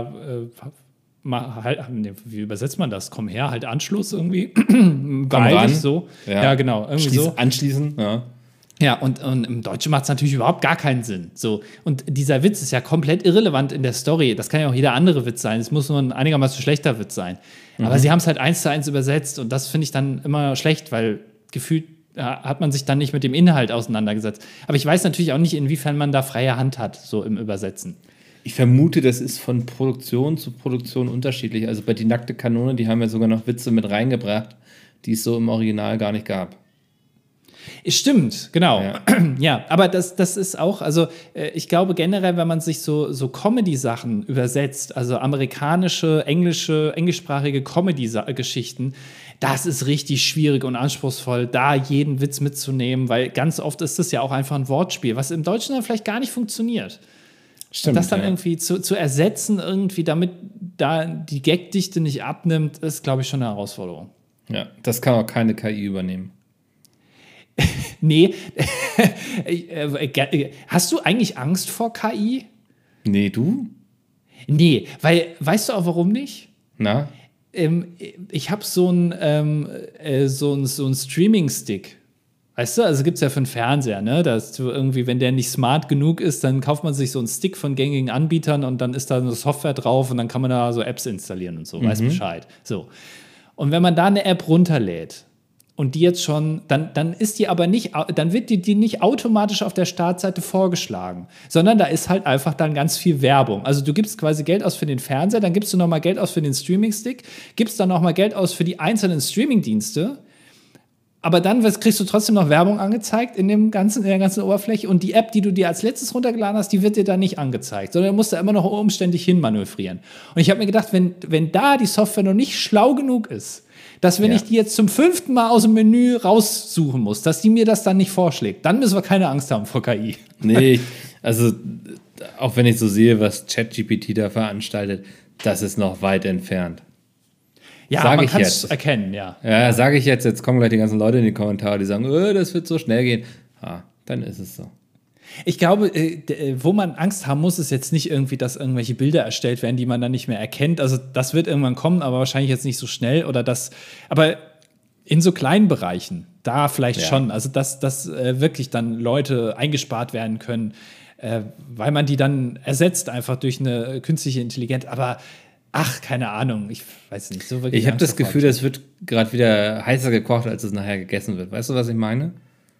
wie übersetzt man das? Komm her, halt Anschluss irgendwie. Beides so. Ja, genau. Irgendwie so. Anschließen, ja. Ja, und im Deutschen macht es natürlich überhaupt gar keinen Sinn. So. Und dieser Witz ist ja komplett irrelevant in der Story. Das kann ja auch jeder andere Witz sein. Es muss nur ein einigermaßen schlechter Witz sein. Aber sie haben es halt 1:1 übersetzt und das finde ich dann immer schlecht, weil gefühlt hat man sich dann nicht mit dem Inhalt auseinandergesetzt. Aber ich weiß natürlich auch nicht, inwiefern man da freie Hand hat, so im Übersetzen. Ich vermute, das ist von Produktion zu Produktion unterschiedlich. Also bei Die nackte Kanone, die haben ja sogar noch Witze mit reingebracht, die es so im Original gar nicht gab. Stimmt, genau. Ja, aber das ist auch, also ich glaube generell, wenn man sich so Comedy-Sachen übersetzt, also amerikanische, englischsprachige Comedy-Geschichten, das ist richtig schwierig und anspruchsvoll, da jeden Witz mitzunehmen, weil ganz oft ist das ja auch einfach ein Wortspiel, was im Deutschen dann vielleicht gar nicht funktioniert. Stimmt, und das dann irgendwie zu ersetzen, irgendwie, damit da die Gagdichte nicht abnimmt, ist, glaube ich, schon eine Herausforderung. Ja, das kann auch keine KI übernehmen. Nee. Hast du eigentlich Angst vor KI? Nee, du? Nee, weil, weißt du auch warum nicht? Na? Ich habe so einen Streaming-Stick. Weißt du, also gibt es ja für den Fernseher, ne? Dass du irgendwie, wenn der nicht smart genug ist, dann kauft man sich so einen Stick von gängigen Anbietern und dann ist da eine Software drauf und dann kann man da so Apps installieren und so, weiß Bescheid. So. Und wenn man da eine App runterlädt und die jetzt schon, dann ist die aber nicht, dann wird die nicht automatisch auf der Startseite vorgeschlagen, sondern da ist halt einfach dann ganz viel Werbung. Also du gibst quasi Geld aus für den Fernseher, dann gibst du nochmal Geld aus für den Streaming-Stick, gibst dann nochmal Geld aus für die einzelnen Streaming-Dienste. Aber dann kriegst du trotzdem noch Werbung angezeigt in der ganzen Oberfläche und die App, die du dir als letztes runtergeladen hast, die wird dir dann nicht angezeigt, sondern du musst da immer noch umständlich hinmanövrieren. Und ich habe mir gedacht, wenn da die Software noch nicht schlau genug ist, dass wenn ich die jetzt zum 5. Mal aus dem Menü raussuchen muss, dass die mir das dann nicht vorschlägt, dann müssen wir keine Angst haben vor KI. Nee, also auch wenn ich so sehe, was ChatGPT da veranstaltet, das ist noch weit entfernt. Ja, man kann es erkennen, ja. Ja, sage ich jetzt kommen gleich die ganzen Leute in die Kommentare, die sagen, das wird so schnell gehen. Dann ist es so. Ich glaube, wo man Angst haben muss, ist jetzt nicht irgendwie, dass irgendwelche Bilder erstellt werden, die man dann nicht mehr erkennt. Also das wird irgendwann kommen, aber wahrscheinlich jetzt nicht so schnell aber in so kleinen Bereichen, da vielleicht schon. Also dass wirklich dann Leute eingespart werden können, weil man die dann ersetzt einfach durch eine künstliche Intelligenz. Aber keine Ahnung, ich weiß nicht. So wirklich. Ich habe das Gefühl, das wird gerade wieder heißer gekocht, als es nachher gegessen wird. Weißt du, was ich meine?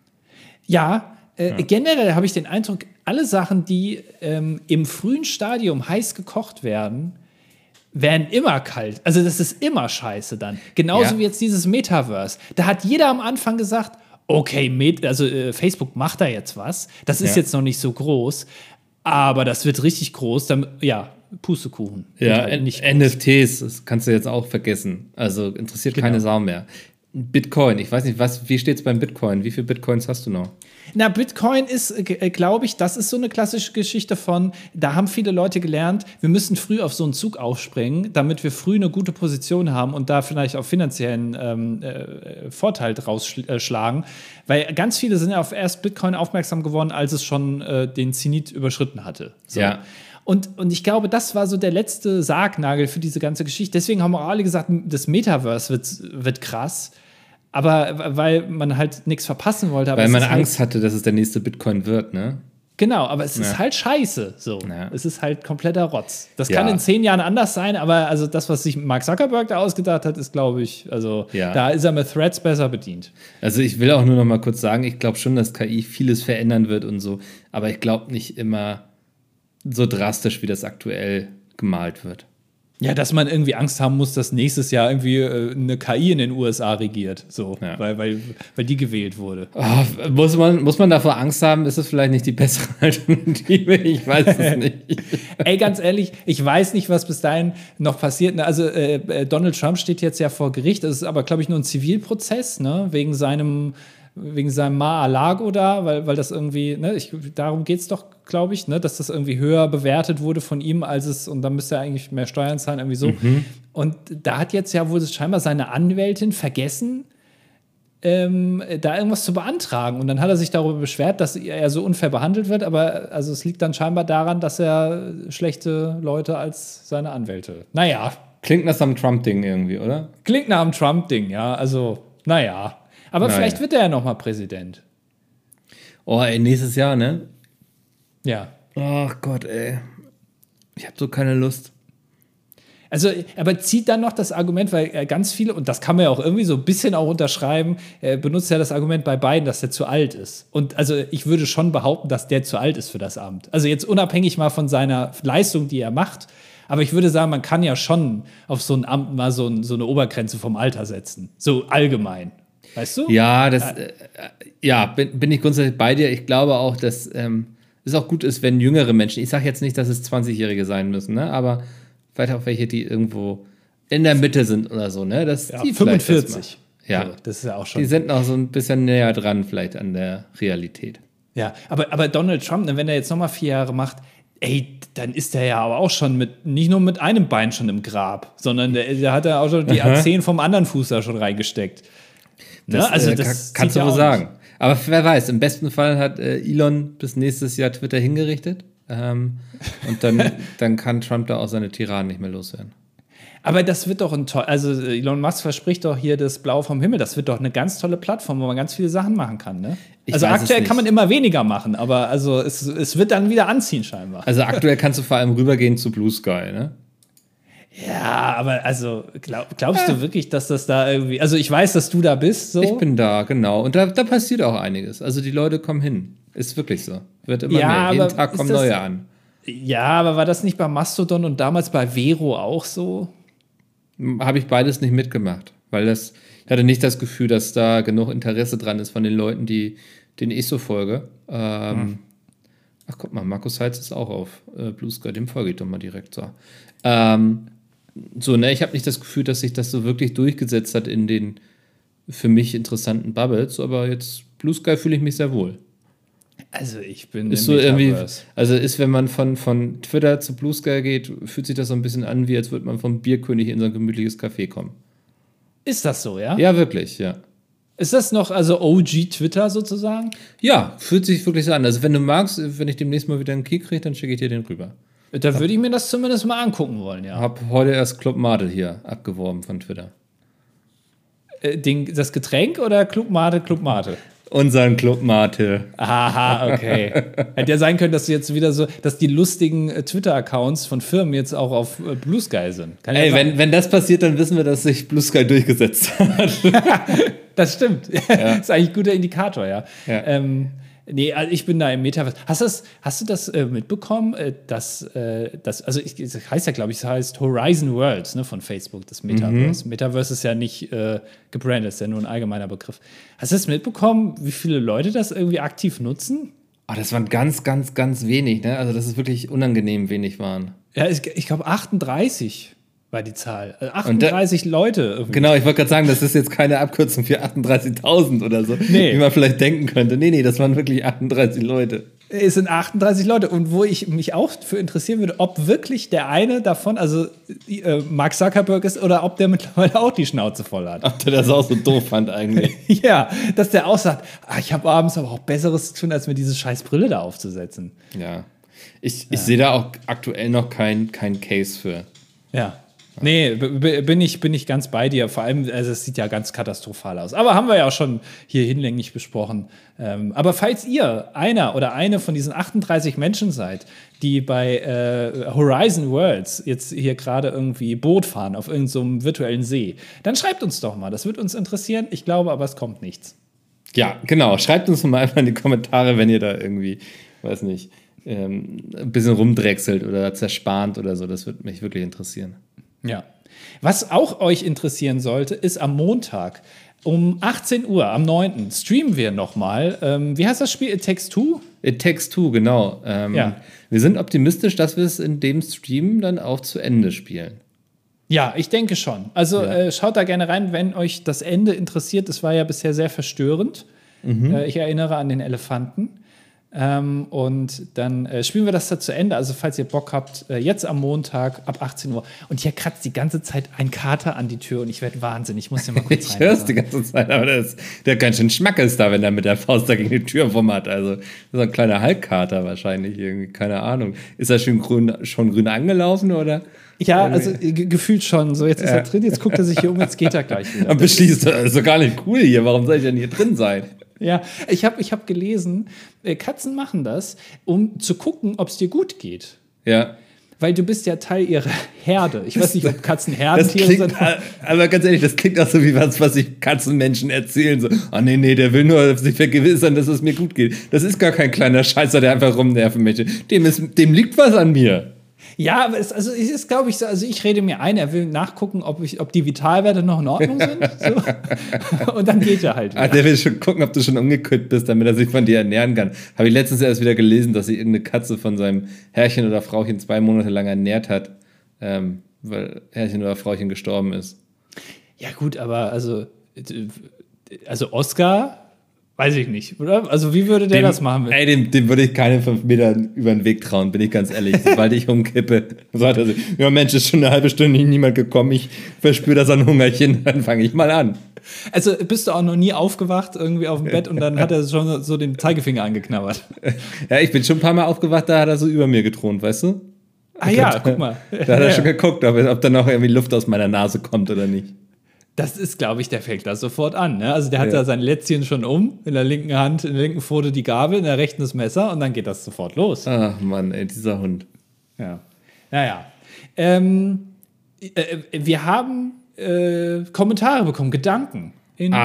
Ja, generell habe ich den Eindruck, alle Sachen, die im frühen Stadium heiß gekocht werden immer kalt. Also das ist immer scheiße dann. Genauso wie jetzt dieses Metaverse. Da hat jeder am Anfang gesagt, okay, Facebook macht da jetzt was. Das ist jetzt noch nicht so groß, aber das wird richtig groß. Dann, Pustekuchen. Ja, NFTs, das kannst du jetzt auch vergessen. Also interessiert keine Sau mehr. Bitcoin, ich weiß nicht, wie steht es beim Bitcoin? Wie viele Bitcoins hast du noch? Na, Bitcoin ist, glaube ich, das ist so eine klassische Geschichte da haben viele Leute gelernt, wir müssen früh auf so einen Zug aufspringen, damit wir früh eine gute Position haben und da vielleicht auch finanziellen Vorteil draus schlagen. Weil ganz viele sind ja auf erst Bitcoin aufmerksam geworden, als es schon den Zenit überschritten hatte. So. Ja. Und ich glaube, das war so der letzte Sargnagel für diese ganze Geschichte. Deswegen haben auch alle gesagt, das Metaverse wird krass. Aber weil man halt nichts verpassen wollte. Aber weil man Angst hatte, dass es der nächste Bitcoin wird, ne? Genau, aber es ist halt scheiße. So. Ja. Es ist halt kompletter Rotz. Das kann in 10 Jahren anders sein, aber also das, was sich Mark Zuckerberg da ausgedacht hat, ist, glaube ich, da ist er mit Threads besser bedient. Also ich will auch nur noch mal kurz sagen, ich glaube schon, dass KI vieles verändern wird und so, aber ich glaube nicht immer so drastisch, wie das aktuell gemalt wird. Ja, dass man irgendwie Angst haben muss, dass nächstes Jahr irgendwie eine KI in den USA regiert, so, weil die gewählt wurde. Muss man davor Angst haben? Ist es vielleicht nicht die bessere Alternative? Ich weiß es nicht. Ey, ganz ehrlich, ich weiß nicht, was bis dahin noch passiert. Also Donald Trump steht jetzt ja vor Gericht. Das ist aber, glaube ich, nur ein Zivilprozess, ne, wegen seinem Mar-a-Lago da, weil das irgendwie, ne, darum geht es doch, glaube ich, ne, dass das irgendwie höher bewertet wurde von ihm, und dann müsste er eigentlich mehr Steuern zahlen, irgendwie so. Und da hat jetzt ja wohl scheinbar seine Anwältin vergessen, da irgendwas zu beantragen. Und dann hat er sich darüber beschwert, dass er so unfair behandelt wird, aber also es liegt dann scheinbar daran, dass er schlechte Leute als seine Anwälte. Naja. Klingt nach einem Trump-Ding irgendwie, oder? Klingt nach einem Trump-Ding, ja. Also, naja. Aber vielleicht wird er ja noch mal Präsident. Oh, ey, nächstes Jahr, ne? Ja. Ach Gott, ey. Ich habe so keine Lust. Also, aber zieht dann noch das Argument, weil ganz viele, und das kann man ja auch irgendwie so ein bisschen auch unterschreiben, benutzt ja das Argument bei Biden, dass der zu alt ist. Und also ich würde schon behaupten, dass der zu alt ist für das Amt. Also jetzt unabhängig mal von seiner Leistung, die er macht, aber ich würde sagen, man kann ja schon auf so ein Amt mal so eine Obergrenze vom Alter setzen. So allgemein. Weißt du? Ja, bin ich grundsätzlich bei dir. Ich glaube auch, dass es auch gut ist, wenn jüngere Menschen, ich sage jetzt nicht, dass es 20-Jährige sein müssen, ne? Aber vielleicht auch welche, die irgendwo in der Mitte sind oder so, ne? Die 45. Ja, also, das ist ja auch schon. Die sind noch so ein bisschen näher dran vielleicht an der Realität. Ja, aber Donald Trump, wenn er jetzt nochmal 4 Jahre macht, ey, dann ist der ja aber auch schon nicht nur mit einem Bein schon im Grab, sondern der hat ja auch schon die A10 vom anderen Fuß da schon reingesteckt. Das, also kannst du wohl sagen. Aber wer weiß, im besten Fall hat Elon bis nächstes Jahr Twitter hingerichtet. Und dann kann Trump da auch seine Tiraden nicht mehr loswerden. Aber das wird doch also Elon Musk verspricht doch hier das Blau vom Himmel. Das wird doch eine ganz tolle Plattform, wo man ganz viele Sachen machen kann, ne? Also aktuell kann man immer weniger machen, aber also es wird dann wieder anziehen scheinbar. Also aktuell kannst du vor allem rübergehen zu Blue Sky, ne? Ja, aber also glaubst du wirklich, dass das da irgendwie, also ich weiß, dass du da bist, so? Ich bin da, genau. Und da passiert auch einiges. Also die Leute kommen hin. Ist wirklich so. Wird immer mehr. Jeden Tag kommen neue an. Ja, aber war das nicht bei Mastodon und damals bei Vero auch so? Habe ich beides nicht mitgemacht, weil ich hatte nicht das Gefühl, dass da genug Interesse dran ist von den Leuten, denen ich so folge. Ach, guck mal, Markus Heitz ist auch auf Blue Sky, dem folge ich doch mal direkt so. Ich habe nicht das Gefühl, dass sich das so wirklich durchgesetzt hat in den für mich interessanten Bubbles, aber jetzt Blue Sky fühle ich mich sehr wohl. Also ich bin ist so irgendwie, also wenn man von Twitter zu Blue Sky geht, fühlt sich das so ein bisschen an, wie als würde man vom Bierkönig in so ein gemütliches Café kommen. Ist das so, ja? Ja, wirklich, ja. Ist das noch also OG Twitter sozusagen? Ja, fühlt sich wirklich so an. Also wenn du magst, wenn ich demnächst mal wieder einen Key kriege, dann schicke ich dir den rüber. Da würde ich mir das zumindest mal angucken wollen, ja. Hab heute erst Club Mate hier abgeworben von Twitter. Das Getränk oder Club Mate? Unseren Club Mate. Aha, okay. Hätte ja sein können, dass du jetzt wieder so, dass die lustigen Twitter-Accounts von Firmen jetzt auch auf Blue Sky sind. Wenn das passiert, dann wissen wir, dass sich Blue Sky durchgesetzt hat. Das stimmt. Ja. Ist eigentlich ein guter Indikator, ja. Nee, also ich bin da im Metaverse. Hast du das mitbekommen? Das heißt ja, glaube ich, es heißt Horizon Worlds, ne, von Facebook, das Metaverse. Metaverse ist ja nicht gebrandet, ist ja nur ein allgemeiner Begriff. Hast du das mitbekommen, wie viele Leute das irgendwie aktiv nutzen? Oh, das waren ganz, ganz, ganz wenig, ne? Also, dass es wirklich unangenehm wenig waren. Ja, ich glaube 38 war die Zahl. 38 Leute. Irgendwie. Genau, ich wollte gerade sagen, das ist jetzt keine Abkürzung für 38.000 oder so, wie man vielleicht denken könnte. Nee, das waren wirklich 38 Leute. Es sind 38 Leute. Und wo ich mich auch für interessieren würde, ob wirklich der eine davon, also Mark Zuckerberg ist, oder ob der mittlerweile auch die Schnauze voll hat. Ob der das auch so doof fand eigentlich. Ja, dass der auch sagt, ich habe abends aber auch Besseres zu tun, als mir diese scheiß Brille da aufzusetzen. Ja, ich sehe da auch aktuell noch kein Case für. Ja. Nee, bin ich ganz bei dir. Vor allem, also es sieht ja ganz katastrophal aus. Aber haben wir ja auch schon hier hinlänglich besprochen. Aber falls ihr einer oder eine von diesen 38 Menschen seid, die bei Horizon Worlds jetzt hier gerade irgendwie Boot fahren auf irgendeinem so virtuellen See, dann schreibt uns doch mal. Das wird uns interessieren. Ich glaube aber, es kommt nichts. Ja, genau. Schreibt uns mal einfach in die Kommentare, wenn ihr da irgendwie, weiß nicht, ein bisschen rumdrechselt oder zerspannt oder so. Das würde mich wirklich interessieren. Ja. Was auch euch interessieren sollte, ist am Montag um 18 Uhr, am 9. streamen wir nochmal. Wie heißt das Spiel? It Takes Two? It Takes Two, genau. Ja. Wir sind optimistisch, dass wir es in dem Stream dann auch zu Ende spielen. Ja, ich denke schon. Also schaut da gerne rein, wenn euch das Ende interessiert. Es war ja bisher sehr verstörend. Ich erinnere an den Elefanten. Und dann spielen wir das da zu Ende. Also falls ihr Bock habt, jetzt am Montag ab 18 Uhr. Und hier kratzt die ganze Zeit ein Kater an die Tür und ich werde wahnsinnig. Ich muss ja mal kurz rein. Ich höre es die ganze Zeit, aber der hat ganz schön Schmackes da, wenn er mit der Faust da gegen die Tür hat. Also das ist ein kleiner Halbkater wahrscheinlich irgendwie, keine Ahnung. Ist er schon grün angelaufen oder? Ja, also gefühlt schon. So, jetzt ist er drin, jetzt guckt er sich hier um, jetzt geht er gleich wieder. Aber beschließt, das ist doch gar nicht cool hier. Warum soll ich denn hier drin sein? Ja, ich hab gelesen, Katzen machen das, um zu gucken, ob es dir gut geht. Ja. Weil du bist ja Teil ihrer Herde. Ich weiß nicht, ob Katzen Herdentiere sind. Aber ganz ehrlich, das klingt auch so wie was sich Katzenmenschen erzählen. So, nee, der will nur sich vergewissern, dass es mir gut geht. Das ist gar kein kleiner Scheißer, der einfach rumnerven möchte. Dem liegt was an mir. Ja, aber es ist, glaube ich, so, also ich rede mir ein, er will nachgucken, ob die Vitalwerte noch in Ordnung sind. So. Und dann geht er halt wieder. Der will schon gucken, ob du schon umgekühlt bist, damit er sich von dir ernähren kann. Habe ich letztens erst wieder gelesen, dass sich irgendeine Katze von seinem Herrchen oder Frauchen 2 Monate lang ernährt hat, weil Herrchen oder Frauchen gestorben ist. Ja gut, aber also Oscar Weiß ich nicht, oder? Also wie würde der das machen? Ey, dem würde ich keine 5 Meter über den Weg trauen, bin ich ganz ehrlich. Sobald ich umkippe, sagt er so, ja Mensch, ist schon eine halbe Stunde niemand gekommen, ich verspüre das an Hungerchen, dann fange ich mal an. Also bist du auch noch nie aufgewacht irgendwie auf dem Bett und dann hat er schon so den Zeigefinger angeknabbert? Ja, ich bin schon ein paar Mal aufgewacht, da hat er so über mir gethront, weißt du? Ah ja, guck mal. Da hat er schon geguckt, ob da noch irgendwie Luft aus meiner Nase kommt oder nicht. Das ist, glaube ich, der fängt da sofort an. Ne? Also der hat da sein Lätzchen schon in der linken Hand, in der linken Pfote die Gabel, in der rechten das Messer und dann geht das sofort los. Ach Mann, ey, dieser Hund. Ja. Naja. Wir haben Kommentare bekommen, Gedanken.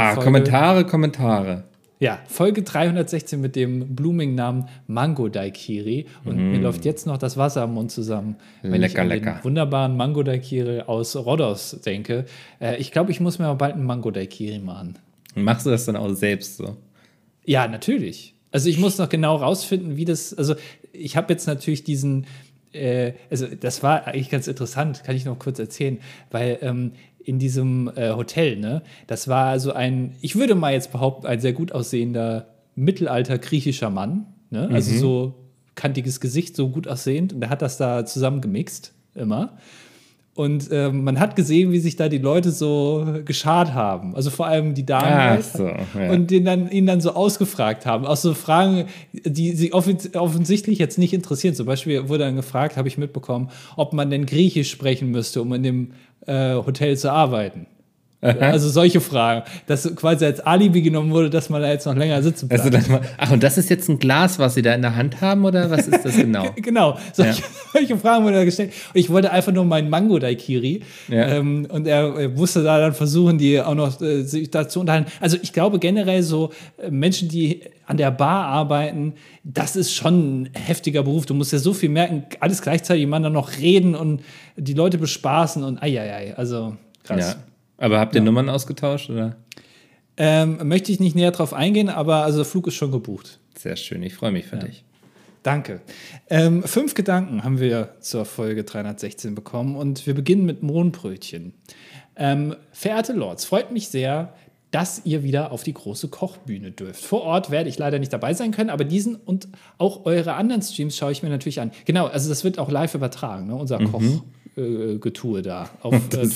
Kommentare. Ja, Folge 316 mit dem Blooming-Namen Mango Daikiri. Und mir läuft jetzt noch das Wasser am Mund zusammen, wenn ich an den wunderbaren Mango Daikiri aus Rhodos denke. Ich glaube, ich muss mir mal bald einen Mango Daikiri machen. Machst du das dann auch selbst so? Ja, natürlich. Also ich muss noch genau rausfinden, wie das, also ich habe jetzt natürlich diesen, also das war eigentlich ganz interessant, kann ich noch kurz erzählen, weil in diesem Hotel, ne, das war also ich würde mal jetzt behaupten, ein sehr gut aussehender mittelalter-griechischer Mann, ne, also so kantiges Gesicht, so gut aussehend, und der hat das da zusammengemixt, immer. Und man hat gesehen, wie sich da die Leute so geschart haben. Also vor allem die Damen. Und ihn dann so ausgefragt haben. Auch so Fragen, die sie offensichtlich jetzt nicht interessieren. Zum Beispiel wurde dann gefragt, habe ich mitbekommen, ob man denn Griechisch sprechen müsste, um in dem Hotel zu arbeiten. Also solche Fragen, dass quasi als Alibi genommen wurde, dass man da jetzt noch länger sitzen bleibt. Also und das ist jetzt ein Glas, was Sie da in der Hand haben, oder was ist das genau? Genau, solche Fragen wurden da gestellt. Und ich wollte einfach nur meinen Mango Daikiri. Ja. Und er musste da dann versuchen, die auch noch sich da zu unterhalten. Also ich glaube generell so Menschen, die an der Bar arbeiten, das ist schon ein heftiger Beruf. Du musst ja so viel merken, alles gleichzeitig, man dann noch reden und die Leute bespaßen und also krass. Ja. Aber habt ihr Nummern ausgetauscht, oder? Möchte ich nicht näher drauf eingehen, aber also der Flug ist schon gebucht. Sehr schön, ich freue mich für dich. Danke. 5 Gedanken haben wir zur Folge 316 bekommen und wir beginnen mit Mohnbrötchen. Verehrte Lords, freut mich sehr, dass ihr wieder auf die große Kochbühne dürft. Vor Ort werde ich leider nicht dabei sein können, aber diesen und auch eure anderen Streams schaue ich mir natürlich an. Genau, also das wird auch live übertragen, ne? Unser Kochgetue da auf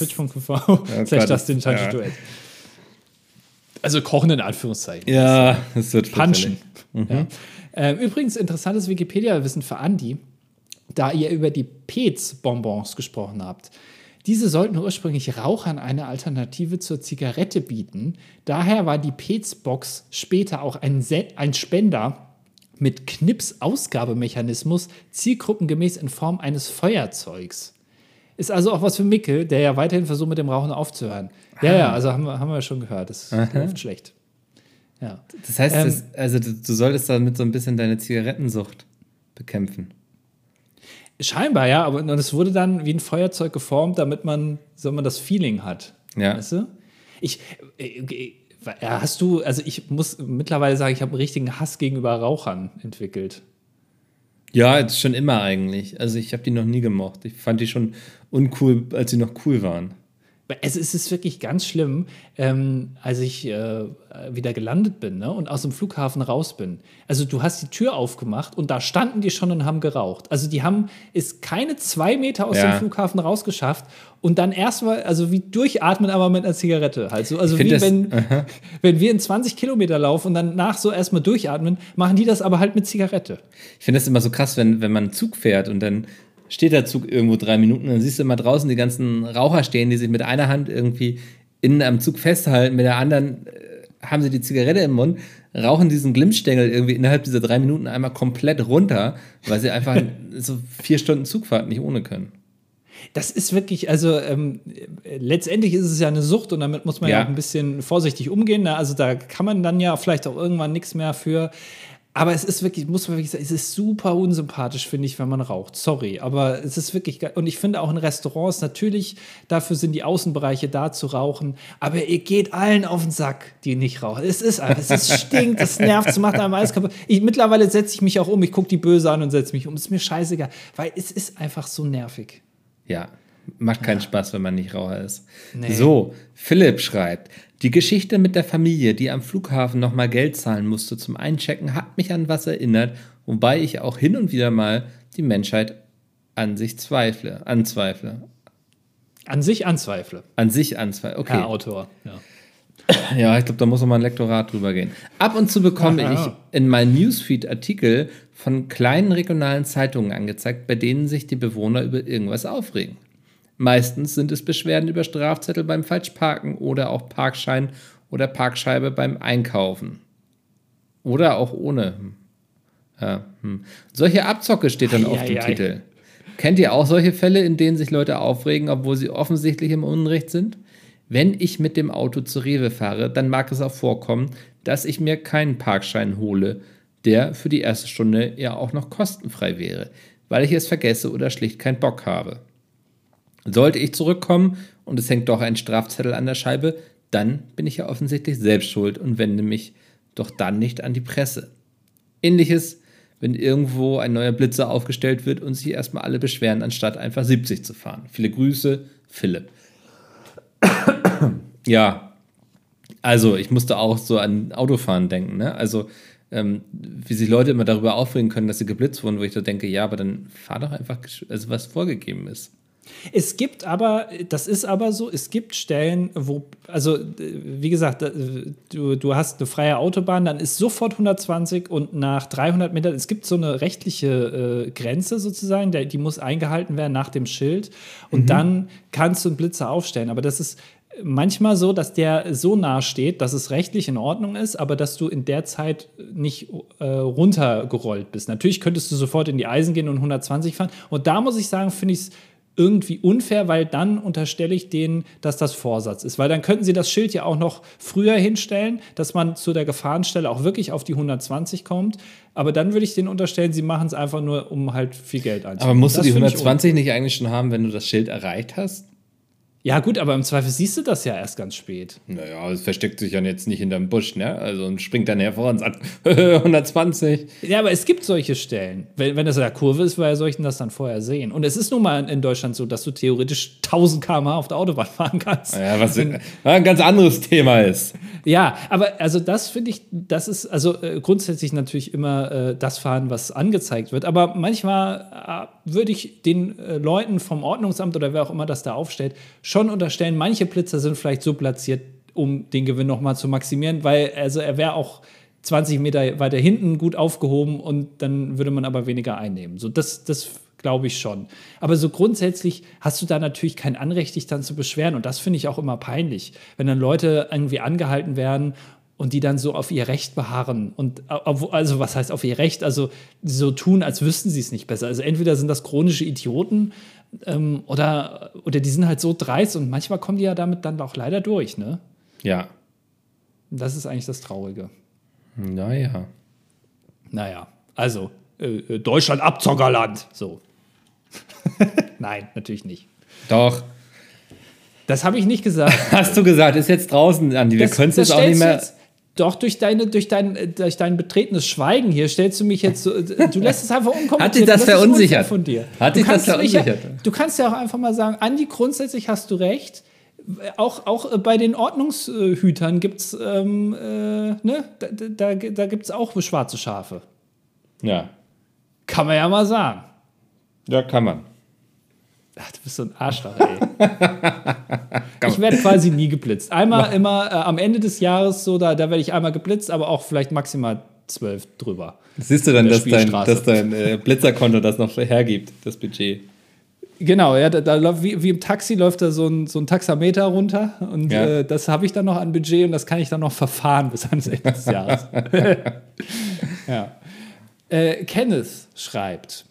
twitch.tv/das-Duett. Also kochen in Anführungszeichen. Ja, das wird Punchen. Übrigens, interessantes Wikipedia-Wissen für Andi, da ihr über die Pez-Bonbons gesprochen habt. Diese sollten ursprünglich Rauchern eine Alternative zur Zigarette bieten. Daher war die Pez-Box später auch ein Spender mit Knips-Ausgabemechanismus, zielgruppengemäß in Form eines Feuerzeugs. Ist also auch was für Mickel, der ja weiterhin versucht, mit dem Rauchen aufzuhören. Ja, also haben wir schon gehört. Das läuft schlecht. Ja. Das heißt, du solltest damit so ein bisschen deine Zigarettensucht bekämpfen. Scheinbar, ja, aber es wurde dann wie ein Feuerzeug geformt, damit man das Feeling hat. Ja. Weißt du? Ich muss mittlerweile sagen, ich habe einen richtigen Hass gegenüber Rauchern entwickelt. Ja, schon immer eigentlich. Also ich habe die noch nie gemocht. Ich fand die schon uncool, als sie noch cool waren. Es ist wirklich ganz schlimm, als ich wieder gelandet bin, ne, und aus dem Flughafen raus bin. Also du hast die Tür aufgemacht und da standen die schon und haben geraucht. Also die haben es keine 2 Meter aus dem Flughafen rausgeschafft und dann erstmal, also wie durchatmen, aber mit einer Zigarette halt so. Also wie wenn wir in 20 Kilometer laufen und danach so erstmal durchatmen, machen die das aber halt mit Zigarette. Ich finde das immer so krass, wenn man einen Zug fährt und dann steht der Zug irgendwo 3 Minuten, dann siehst du immer draußen die ganzen Raucher stehen, die sich mit einer Hand irgendwie innen am Zug festhalten, mit der anderen haben sie die Zigarette im Mund, rauchen diesen Glimmstängel irgendwie innerhalb dieser 3 Minuten einmal komplett runter, weil sie einfach so 4 Stunden Zugfahrt nicht ohne können. Das ist wirklich, also letztendlich ist es ja eine Sucht und damit muss man ja auch ein bisschen vorsichtig umgehen. Ne? Also da kann man dann ja vielleicht auch irgendwann nichts mehr für. Aber es ist wirklich, muss man wirklich sagen, es ist super unsympathisch, finde ich, wenn man raucht. Sorry, aber es ist wirklich geil. Und ich finde auch in Restaurants, natürlich, dafür sind die Außenbereiche da zu rauchen, aber ihr geht allen auf den Sack, die nicht rauchen. Es stinkt, es nervt, es macht einem alles kaputt. Mittlerweile setze ich mich auch um, ich gucke die böse an und setze mich um. Es ist mir scheißegal, weil es ist einfach so nervig. Ja, Macht keinen Spaß, wenn man nicht Raucher ist. Nee. So, Philipp schreibt, die Geschichte mit der Familie, die am Flughafen nochmal Geld zahlen musste zum Einchecken, hat mich an was erinnert, wobei ich auch hin und wieder mal die Menschheit anzweifle. An sich anzweifle. Okay. Herr Autor, ja. Ja, ich glaube, da muss noch mal ein Lektorat drüber gehen. Ab und zu bekomme ich in meinem Newsfeed Artikel von kleinen regionalen Zeitungen angezeigt, bei denen sich die Bewohner über irgendwas aufregen. Meistens sind es Beschwerden über Strafzettel beim Falschparken oder auch Parkschein oder Parkscheibe beim Einkaufen. Oder auch ohne. Solche Abzocke steht dann auf dem Titel. Kennt ihr auch solche Fälle, in denen sich Leute aufregen, obwohl sie offensichtlich im Unrecht sind? Wenn ich mit dem Auto zur Rewe fahre, dann mag es auch vorkommen, dass ich mir keinen Parkschein hole, der für die erste Stunde ja auch noch kostenfrei wäre, weil ich es vergesse oder schlicht keinen Bock habe. Sollte ich zurückkommen und es hängt doch ein Strafzettel an der Scheibe, dann bin ich ja offensichtlich selbst schuld und wende mich doch dann nicht an die Presse. Ähnliches, wenn irgendwo ein neuer Blitzer aufgestellt wird und sich erstmal alle beschweren, anstatt einfach 70 zu fahren. Viele Grüße, Philipp. Ja, also ich musste auch so an Autofahren denken, ne? Also wie sich Leute immer darüber aufregen können, dass sie geblitzt wurden, wo ich da denke, ja, aber dann fahr doch einfach, also was vorgegeben ist. Es gibt aber, das ist aber so, es gibt Stellen, wo, also wie gesagt, du hast eine freie Autobahn, dann ist sofort 120 und nach 300 Metern, es gibt so eine rechtliche Grenze sozusagen, die muss eingehalten werden nach dem Schild und dann kannst du einen Blitzer aufstellen, aber das ist manchmal so, dass der so nah steht, dass es rechtlich in Ordnung ist, aber dass du in der Zeit nicht runtergerollt bist. Natürlich könntest du sofort in die Eisen gehen und 120 fahren und da muss ich sagen, finde ich es irgendwie unfair, weil dann unterstelle ich denen, dass das Vorsatz ist. Weil dann könnten sie das Schild ja auch noch früher hinstellen, dass man zu der Gefahrenstelle auch wirklich auf die 120 kommt. Aber dann würde ich denen unterstellen, sie machen es einfach nur, um halt viel Geld einzunehmen. Aber musst du die 120 nicht eigentlich schon haben, wenn du das Schild erreicht hast? Ja gut, aber im Zweifel siehst du das ja erst ganz spät. Naja, es versteckt sich ja jetzt nicht hinterm Busch, ne? Also und springt dann hervor und sagt 120. Ja, aber es gibt solche Stellen. Wenn das in der Kurve ist, woher soll ich denn das dann vorher sehen? Und es ist nun mal in Deutschland so, dass du theoretisch 1000 km/h auf der Autobahn fahren kannst. Ja, was ein ganz anderes Thema ist. Ja, aber also das finde ich, das ist also grundsätzlich natürlich immer das fahren, was angezeigt wird. Aber manchmal würde ich den Leuten vom Ordnungsamt oder wer auch immer das da aufstellt, schon unterstellen, manche Blitzer sind vielleicht so platziert, um den Gewinn nochmal zu maximieren, weil also er wäre auch 20 Meter weiter hinten gut aufgehoben und dann würde man aber weniger einnehmen. So, das glaube ich schon. Aber so grundsätzlich hast du da natürlich kein Anrecht, dich dann zu beschweren. Und das finde ich auch immer peinlich, wenn dann Leute irgendwie angehalten werden und die dann so auf ihr Recht beharren. Und also was heißt auf ihr Recht? Also so tun, als wüssten sie es nicht besser. Also entweder sind das chronische Idioten oder die sind halt so dreist und manchmal kommen die ja damit dann auch leider durch, ne? Ja. Das ist eigentlich das Traurige. Naja, also Deutschland Abzockerland, so. Nein, natürlich nicht. Doch. Das habe ich nicht gesagt. Hast du gesagt, ist jetzt draußen, Andi. Wir können es jetzt auch nicht mehr. Doch, durch dein betretenes Schweigen hier stellst du mich jetzt so. Du lässt es einfach unkommentiert. Hat dich das verunsichert? Von dir. Hat dich das verunsichert? Du kannst ja auch einfach mal sagen, Andi, grundsätzlich hast du recht. Auch bei den Ordnungshütern gibt es, ne? Da gibt es auch schwarze Schafe. Ja. Kann man ja mal sagen. Ja, kann man. Ach, du bist so ein Arschloch, ey. Ich werde quasi nie geblitzt. Einmal immer am Ende des Jahres, so da werde ich einmal geblitzt, aber auch vielleicht maximal 12 drüber. Siehst du dann, dass dein Blitzerkonto das noch hergibt, das Budget? Genau, ja, da läuft, wie im Taxi läuft da so ein Taxameter runter und das habe ich dann noch an Budget und das kann ich dann noch verfahren bis ans Ende des Jahres. Ja. Kenneth schreibt,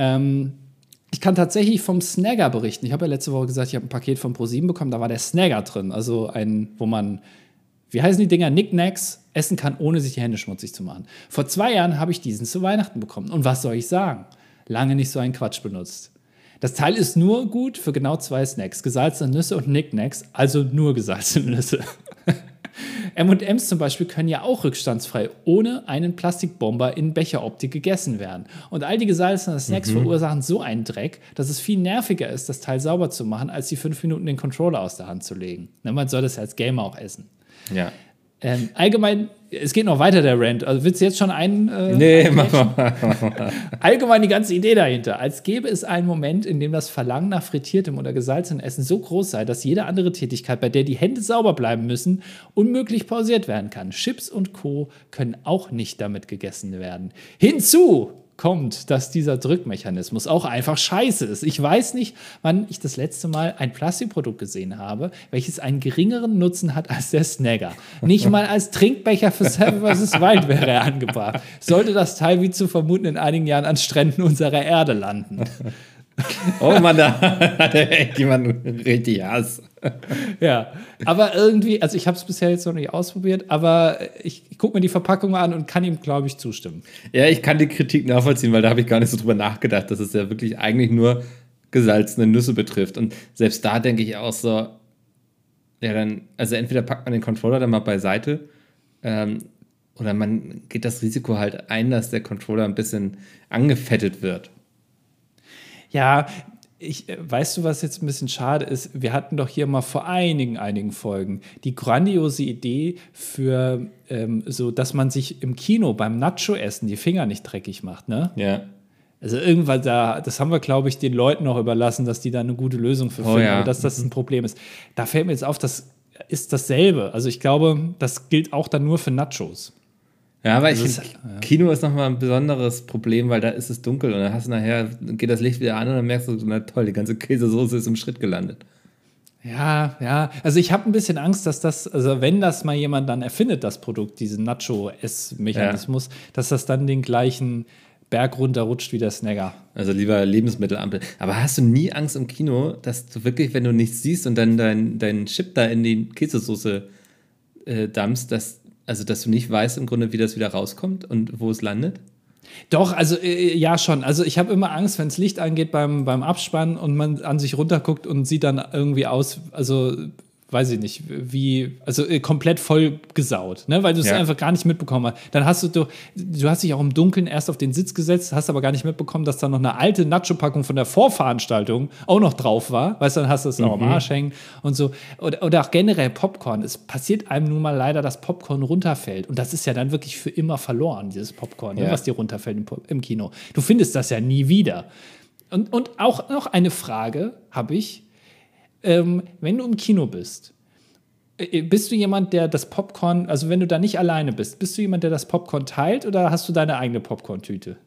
ich kann tatsächlich vom Snagger berichten. Ich habe ja letzte Woche gesagt, ich habe ein Paket von ProSieben bekommen, da war der Snagger drin. Also wo man, wie heißen die Dinger, Knickknacks essen kann, ohne sich die Hände schmutzig zu machen. Vor 2 Jahren habe ich diesen zu Weihnachten bekommen. Und was soll ich sagen? Lange nicht so einen Quatsch benutzt. Das Teil ist nur gut für genau 2 Snacks. Gesalzene Nüsse und Knickknacks, also nur gesalzene Nüsse. M&M's zum Beispiel können ja auch rückstandsfrei ohne einen Plastikbomber in Becheroptik gegessen werden. Und all die gesalzenen Snacks verursachen so einen Dreck, dass es viel nerviger ist, das Teil sauber zu machen, als die 5 Minuten den Controller aus der Hand zu legen. Na, man soll das ja als Gamer auch essen. Ja. Allgemein, es geht noch weiter, der Rant. Also willst du jetzt schon Nee, mach mal. Allgemein die ganze Idee dahinter. Als gäbe es einen Moment, in dem das Verlangen nach frittiertem oder gesalzenem Essen so groß sei, dass jede andere Tätigkeit, bei der die Hände sauber bleiben müssen, unmöglich pausiert werden kann. Chips und Co. können auch nicht damit gegessen werden. Hinzu kommt, dass dieser Drückmechanismus auch einfach scheiße ist. Ich weiß nicht, wann ich das letzte Mal ein Plastikprodukt gesehen habe, welches einen geringeren Nutzen hat als der Snagger. Nicht mal als Trinkbecher für Seven vs. Wild wäre er angebracht. Sollte das Teil wie zu vermuten in einigen Jahren an Stränden unserer Erde landen. Oh Mann, da hat echt jemand richtig Hass. Ja, aber irgendwie, also ich habe es bisher jetzt noch nicht ausprobiert, aber ich gucke mir die Verpackung an und kann ihm, glaube ich, zustimmen. Ja, ich kann die Kritik nachvollziehen, weil da habe ich gar nicht so drüber nachgedacht, dass es ja wirklich eigentlich nur gesalzene Nüsse betrifft. Und selbst da denke ich auch so, ja dann, also entweder packt man den Controller dann mal beiseite oder man geht das Risiko halt ein, dass der Controller ein bisschen angefettet wird. Ja, weißt du, was jetzt ein bisschen schade ist? Wir hatten doch hier mal vor einigen Folgen die grandiose Idee für so, dass man sich im Kino beim Nacho-Essen die Finger nicht dreckig macht, ne? Ja. Also irgendwann das haben wir, glaube ich, den Leuten noch überlassen, dass die da eine gute Lösung für finden, ja. oder dass das ein Problem ist. Da fällt mir jetzt auf, das ist dasselbe. Also ich glaube, das gilt auch dann nur für Nachos. Ja, aber Kino ist nochmal ein besonderes Problem, weil da ist es dunkel und dann hast du nachher, geht das Licht wieder an und dann merkst du, na toll, die ganze Käsesoße ist im Schritt gelandet. Ja, also ich habe ein bisschen Angst, dass also wenn das mal jemand dann erfindet, das Produkt, diesen Nacho-Ess-Mechanismus, dass das dann den gleichen Berg runterrutscht wie der Snagger. Also lieber Lebensmittelampel. Aber hast du nie Angst im Kino, dass du wirklich, wenn du nichts siehst und dann deinen Chip da in die Käsesoße dampfst, dass du nicht weißt im Grunde, wie das wieder rauskommt und wo es landet? Doch, also ja schon. Also ich habe immer Angst, wenn das Licht angeht beim Abspann und man an sich runterguckt und sieht dann irgendwie aus, also weiß ich nicht, komplett voll gesaut, ne? Weil du es einfach gar nicht mitbekommen hast. Dann hast du hast dich auch im Dunkeln erst auf den Sitz gesetzt, hast aber gar nicht mitbekommen, dass da noch eine alte Nacho-Packung von der Vorveranstaltung auch noch drauf war. Weißt du, dann hast du es noch am Arsch hängen und so. Oder auch generell Popcorn. Es passiert einem nun mal leider, dass Popcorn runterfällt. Und das ist ja dann wirklich für immer verloren, dieses Popcorn, was dir runterfällt im Kino. Du findest das ja nie wieder. Und auch noch eine Frage habe ich. Wenn du im Kino bist du jemand, der das Popcorn, also wenn du da nicht alleine bist du jemand, der das Popcorn teilt oder hast du deine eigene Popcorn-Tüte?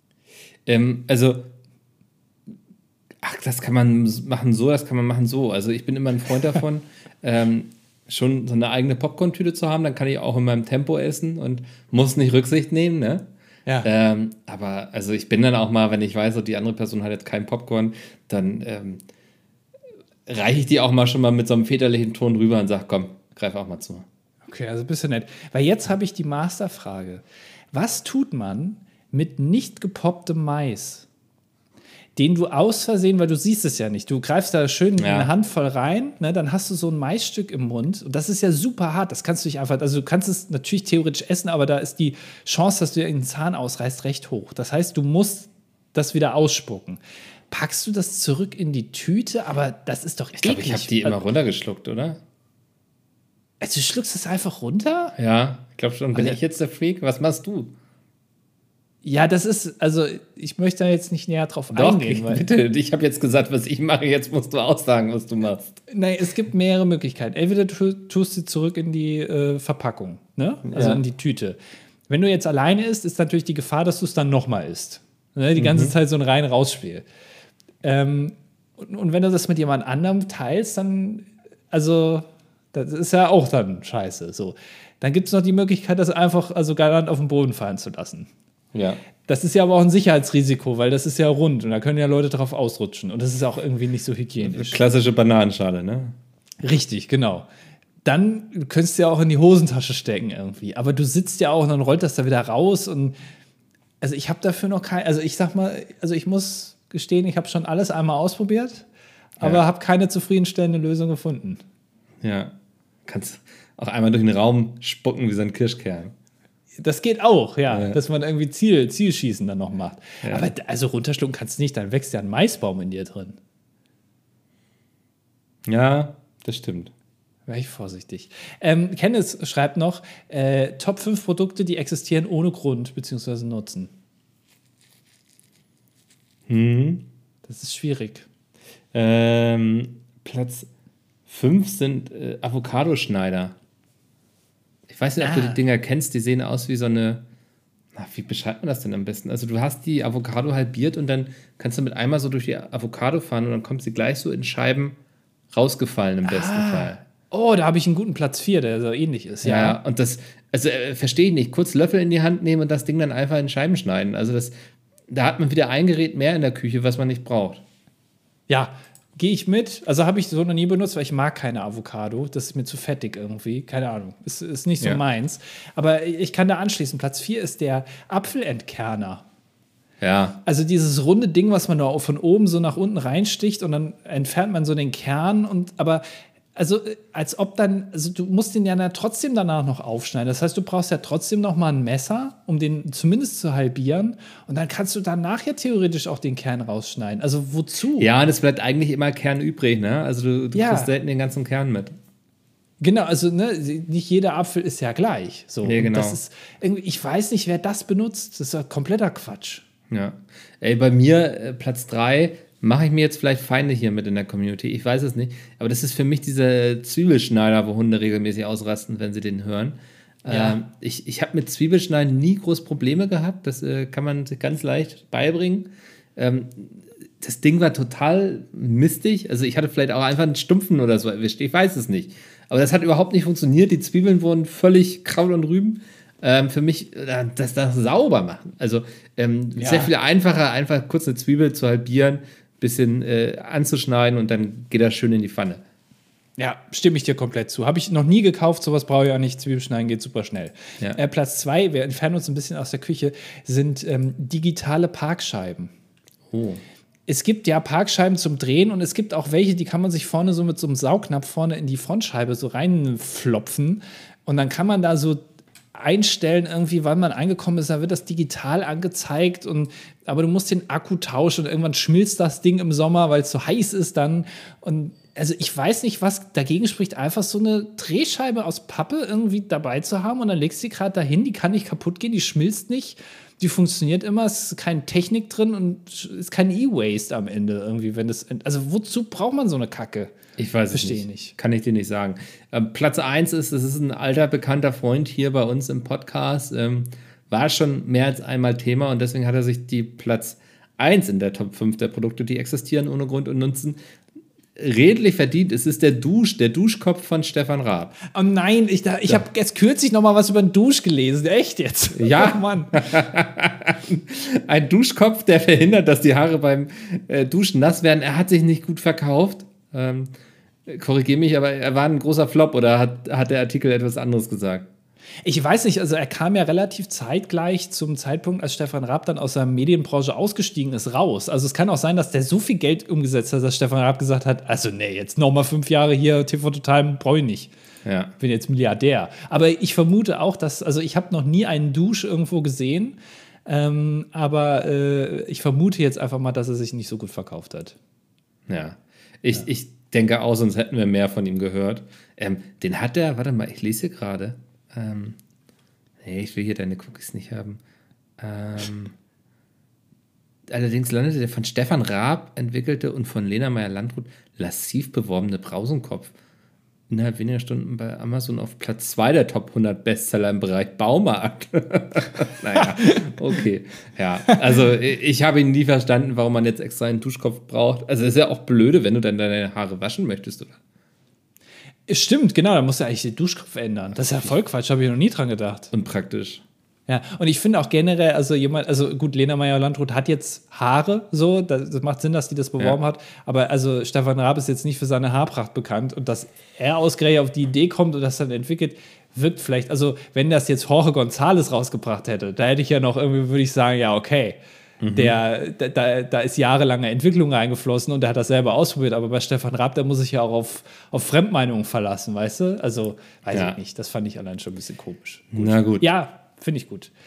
Das kann man machen so, das kann man machen so. Also ich bin immer ein Freund davon, schon so eine eigene Popcorn-Tüte zu haben, dann kann ich auch in meinem Tempo essen und muss nicht Rücksicht nehmen, ne? Ja. Aber also ich bin dann auch mal, wenn ich weiß, die andere Person hat jetzt keinen Popcorn, dann reiche ich die auch mal schon mal mit so einem väterlichen Ton rüber und sage, komm, greif auch mal zu. Okay, also ein bisschen nett. Weil jetzt habe ich die Masterfrage. Was tut man mit nicht gepopptem Mais, den du aus Versehen, weil du siehst es ja nicht, du greifst da schön eine Handvoll rein, ne, dann hast du so ein Maisstück im Mund und das ist ja super hart, das kannst du nicht einfach, also du kannst es natürlich theoretisch essen, aber da ist die Chance, dass du dir den Zahn ausreißt, recht hoch. Das heißt, du musst das wieder ausspucken. Packst du das zurück in die Tüte? Aber das ist doch eklig. Ich glaube, ich habe die immer runtergeschluckt, oder? Also du schluckst es einfach runter? Ja, ich glaube schon. Bin ich jetzt der Freak? Was machst du? Ja, das ist, also ich möchte da jetzt nicht näher drauf eingehen. Doch, bitte. Ich habe jetzt gesagt, was ich mache. Jetzt musst du auch sagen, was du machst. Nein, es gibt mehrere Möglichkeiten. Entweder du tust sie zurück in die Verpackung, ne? Also in die Tüte. Wenn du jetzt alleine isst, ist natürlich die Gefahr, dass du es dann nochmal isst. Ne? Die ganze Zeit so ein Rein-Raus-Spiel. Und wenn du das mit jemand anderem teilst, dann, also, das ist ja auch dann scheiße. So. Dann gibt es noch die Möglichkeit, das einfach galant auf den Boden fallen zu lassen. Ja. Das ist ja aber auch ein Sicherheitsrisiko, weil das ist ja rund und da können ja Leute drauf ausrutschen. Und das ist auch irgendwie nicht so hygienisch. Klassische Bananenschale, ne? Richtig, genau. Dann könntest du ja auch in die Hosentasche stecken irgendwie. Aber du sitzt ja auch und dann rollt das da wieder raus. Und also ich habe dafür noch ich muss gestehen, ich habe schon alles einmal ausprobiert, aber habe keine zufriedenstellende Lösung gefunden. Ja. Kannst auch einmal durch den Raum spucken wie so ein Kirschkern. Das geht auch, ja. Dass man irgendwie Zielschießen dann noch macht. Ja. Aber also runterschlucken kannst du nicht, dann wächst ja ein Maisbaum in dir drin. Ja, das stimmt. Wäre ich vorsichtig. Kenneth schreibt noch, Top 5 Produkte, die existieren ohne Grund bzw. Nutzen. Das ist schwierig. Platz 5 sind Avocadoschneider. Ich weiß nicht, ob du die Dinger kennst, die sehen aus wie so eine, wie beschreibt man das denn am besten? Also du hast die Avocado halbiert und dann kannst du mit einmal so durch die Avocado fahren und dann kommt sie gleich so in Scheiben rausgefallen im besten Fall. Oh, da habe ich einen guten Platz 4, der so ähnlich ist. Ja, und das, also verstehe ich nicht, kurz Löffel in die Hand nehmen und das Ding dann einfach in Scheiben schneiden. Also da hat man wieder ein Gerät mehr in der Küche, was man nicht braucht. Ja, gehe ich mit. Also habe ich so noch nie benutzt, weil ich mag keine Avocado. Das ist mir zu fettig irgendwie. Keine Ahnung. Ist nicht so meins. Aber ich kann da anschließen. Platz 4 ist der Apfelentkerner. Ja. Also dieses runde Ding, was man da von oben so nach unten reinsticht und dann entfernt man so den Kern. Aber also als ob dann, also du musst den ja trotzdem danach noch aufschneiden. Das heißt, du brauchst ja trotzdem noch mal ein Messer, um den zumindest zu halbieren. Und dann kannst du danach ja theoretisch auch den Kern rausschneiden. Also wozu? Ja, und es bleibt eigentlich immer Kern übrig, ne? Also du kriegst selten den ganzen Kern mit. Genau, also nicht jeder Apfel ist ja gleich. So. Nee, genau. Das ist irgendwie, ich weiß nicht, wer das benutzt. Das ist ja kompletter Quatsch. Ja. Ey, bei mir Platz 3 mache ich mir jetzt vielleicht Feinde hier mit in der Community. Ich weiß es nicht. Aber das ist für mich dieser Zwiebelschneider, wo Hunde regelmäßig ausrasten, wenn sie den hören. Ja. Ich habe mit Zwiebelschneiden nie groß Probleme gehabt. Das kann man sich ganz leicht beibringen. Das Ding war total mistig. Also ich hatte vielleicht auch einfach einen Stumpfen oder so erwischt. Ich weiß es nicht. Aber das hat überhaupt nicht funktioniert. Die Zwiebeln wurden völlig Kraut und Rüben. Für mich das sauber machen. Also sehr viel einfacher, einfach kurz eine Zwiebel zu halbieren, bisschen anzuschneiden und dann geht das schön in die Pfanne. Ja, stimme ich dir komplett zu. Habe ich noch nie gekauft, sowas brauche ich auch nicht. Zwiebelschneiden geht super schnell. Ja. Platz 2, wir entfernen uns ein bisschen aus der Küche, sind digitale Parkscheiben. Oh. Es gibt ja Parkscheiben zum Drehen und es gibt auch welche, die kann man sich vorne so mit so einem Saugnapf vorne in die Frontscheibe so reinflopfen und dann kann man da so einstellen irgendwie, wann man angekommen ist, da wird das digital angezeigt aber du musst den Akku tauschen und irgendwann schmilzt das Ding im Sommer, weil es so heiß ist dann und also ich weiß nicht, was dagegen spricht, einfach so eine Drehscheibe aus Pappe irgendwie dabei zu haben und dann legst du die gerade dahin, die kann nicht kaputt gehen, die schmilzt nicht, die funktioniert immer, es ist keine Technik drin und es ist kein E-Waste am Ende irgendwie, also wozu braucht man so eine Kacke? Ich weiß es nicht. Kann ich dir nicht sagen. Platz 1 ist ein alter, bekannter Freund hier bei uns im Podcast. War schon mehr als einmal Thema und deswegen hat er sich die Platz 1 in der Top 5 der Produkte, die existieren ohne Grund und Nutzen, redlich verdient. Es ist der Duschkopf von Stefan Raab. Oh nein, ich habe erst kürzlich noch mal was über einen Dusch gelesen. Echt jetzt? Ja. Oh Mann. Ein Duschkopf, der verhindert, dass die Haare beim Duschen nass werden. Er hat sich nicht gut verkauft. Korrigiere mich, aber er war ein großer Flop oder hat der Artikel etwas anderes gesagt? Ich weiß nicht, also er kam ja relativ zeitgleich zum Zeitpunkt, als Stefan Raab dann aus der Medienbranche ausgestiegen ist, raus. Also es kann auch sein, dass der so viel Geld umgesetzt hat, dass Stefan Raab gesagt hat, also nee, jetzt nochmal 5 Jahre hier TV Total brauche ich nicht. Ja. Bin jetzt Milliardär. Aber ich vermute auch, also ich habe noch nie einen Dusch irgendwo gesehen, aber ich vermute jetzt einfach mal, dass er sich nicht so gut verkauft hat. Ja. Ich denke auch, sonst hätten wir mehr von ihm gehört. Den hat er, warte mal, ich lese hier gerade. Nee, ich will hier deine Cookies nicht haben. Allerdings landete der von Stefan Raab entwickelte und von Lena Meyer-Landrut lassiv beworbene Brausenkopf innerhalb weniger Stunden bei Amazon auf Platz 2 der Top 100 Bestseller im Bereich Baumarkt. Naja, okay. Ja, also ich habe ihn nie verstanden, warum man jetzt extra einen Duschkopf braucht. Also es ist ja auch blöde, wenn du dann deine Haare waschen möchtest, oder? Stimmt, genau, da musst du eigentlich den Duschkopf ändern. Das ist ja voll Quatsch, habe ich noch nie dran gedacht. Und praktisch. Ja, und ich finde auch generell, also gut, Lena Meyer-Landrut hat jetzt Haare, so, das macht Sinn, dass die das beworben hat, aber also Stefan Raab ist jetzt nicht für seine Haarpracht bekannt und dass er ausgerechnet auf die Idee kommt und das dann entwickelt, wirkt vielleicht, also wenn das jetzt Jorge González rausgebracht hätte, da hätte ich ja noch irgendwie, würde ich sagen, ja, okay, Da ist jahrelange Entwicklung reingeflossen und der hat das selber ausprobiert. Aber bei Stefan Raab, der muss sich ja auch auf Fremdmeinungen verlassen, weißt du? Also, weiß ich nicht. Das fand ich allein schon ein bisschen komisch. Na gut. Ja, finde ich gut.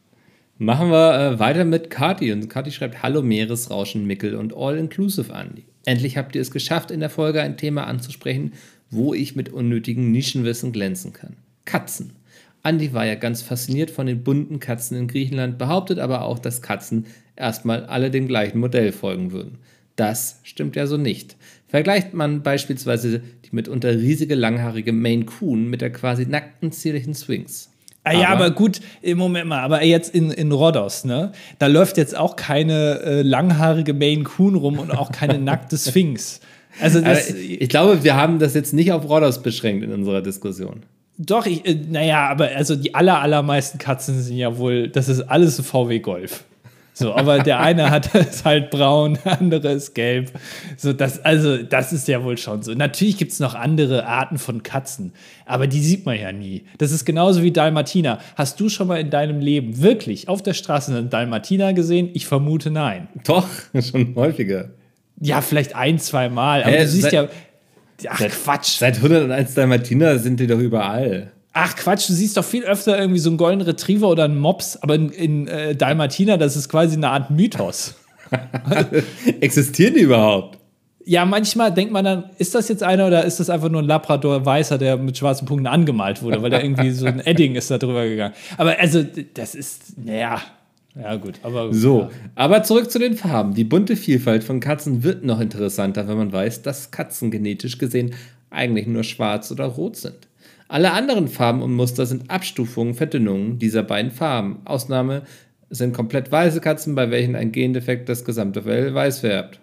Machen wir weiter mit Kati. Und Kati schreibt: Hallo Meeresrauschen, Mickel und All-Inclusive Andi. Endlich habt ihr es geschafft, in der Folge ein Thema anzusprechen, wo ich mit unnötigem Nischenwissen glänzen kann. Katzen. Andi war ja ganz fasziniert von den bunten Katzen in Griechenland, behauptet aber auch, dass Katzen erstmal alle dem gleichen Modell folgen würden. Das stimmt ja so nicht. Vergleicht man beispielsweise die mitunter riesige, langhaarige Maine Coon mit der quasi nackten, zierlichen Sphinx. Aber gut, im Moment mal, aber jetzt in Rhodos, ne? Da läuft jetzt auch keine langhaarige Maine Coon rum und auch keine nackte Sphinx. Also ich glaube, wir haben das jetzt nicht auf Rhodos beschränkt in unserer Diskussion. Doch, aber also die allermeisten Katzen sind ja wohl, das ist alles ein VW Golf. So, aber der eine ist halt braun, der andere ist gelb. So, das ist ja wohl schon so. Natürlich gibt es noch andere Arten von Katzen, aber die sieht man ja nie. Das ist genauso wie Dalmatiner. Hast du schon mal in deinem Leben wirklich auf der Straße einen Dalmatiner gesehen? Ich vermute nein. Doch, schon häufiger. Ja, vielleicht 1-2 Mal, aber du siehst ja. Ach, Quatsch. Seit 101 Dalmatiner sind die doch überall. Ach Quatsch, du siehst doch viel öfter irgendwie so einen Golden Retriever oder einen Mops, aber in Dalmatiner, das ist quasi eine Art Mythos. Existieren die überhaupt? Ja, manchmal denkt man dann, ist das jetzt einer oder ist das einfach nur ein Labrador-Weißer, der mit schwarzen Punkten angemalt wurde, weil da irgendwie so ein Edding ist da drüber gegangen. Aber also, das ist, ja gut. Aber so, aber zurück zu den Farben. Die bunte Vielfalt von Katzen wird noch interessanter, wenn man weiß, dass Katzen genetisch gesehen eigentlich nur schwarz oder rot sind. Alle anderen Farben und Muster sind Abstufungen, Verdünnungen dieser beiden Farben. Ausnahme sind komplett weiße Katzen, bei welchen ein Gendefekt das gesamte Fell weiß färbt.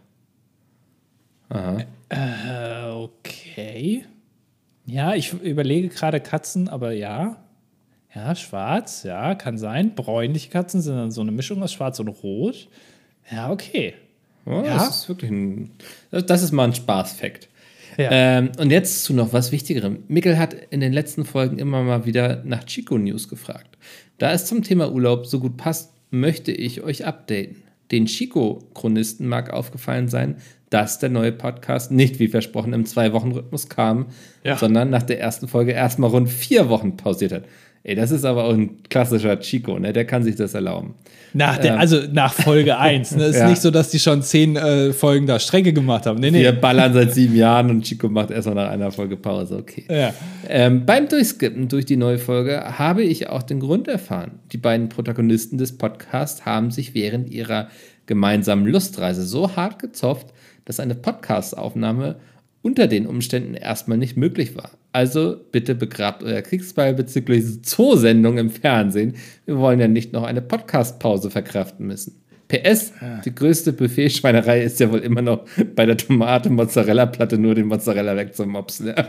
Aha. Okay. Ja, ich überlege gerade Katzen, aber ja. Ja, schwarz, ja, kann sein. Bräunliche Katzen sind dann so eine Mischung aus schwarz und rot. Ja, okay. Oh, ja. Das ist wirklich das ist mal ein Spaßfakt. Ja. Und jetzt zu noch was Wichtigerem. Mickel hat in den letzten Folgen immer mal wieder nach Chico-News gefragt. Da es zum Thema Urlaub so gut passt, möchte ich euch updaten. Den Chico-Chronisten mag aufgefallen sein, dass der neue Podcast nicht wie versprochen im 2-Wochen-Rhythmus kam, sondern nach der ersten Folge erstmal rund 4 Wochen pausiert hat. Ey, das ist aber auch ein klassischer Chico, ne? Der kann sich das erlauben. Nach Folge 1. Ne? Es ist nicht so, dass die schon 10 Folgen da Strecke gemacht haben. Nee. Wir ballern seit 7 Jahren und Chico macht erstmal nach einer Folge Pause. Okay. Ja. Beim Durchskippen durch die neue Folge habe ich auch den Grund erfahren. Die beiden Protagonisten des Podcasts haben sich während ihrer gemeinsamen Lustreise so hart gezofft, dass eine Podcast-Aufnahme unter den Umständen erstmal nicht möglich war. Also bitte begrabt euer Kriegsbeil bezüglich Zoosendung im Fernsehen. Wir wollen ja nicht noch eine Podcast-Pause verkraften müssen. PS, die größte Buffet-Schweinerei ist ja wohl immer noch bei der Tomate-Mozzarella-Platte nur den Mozzarella wegzumopsen. Ja.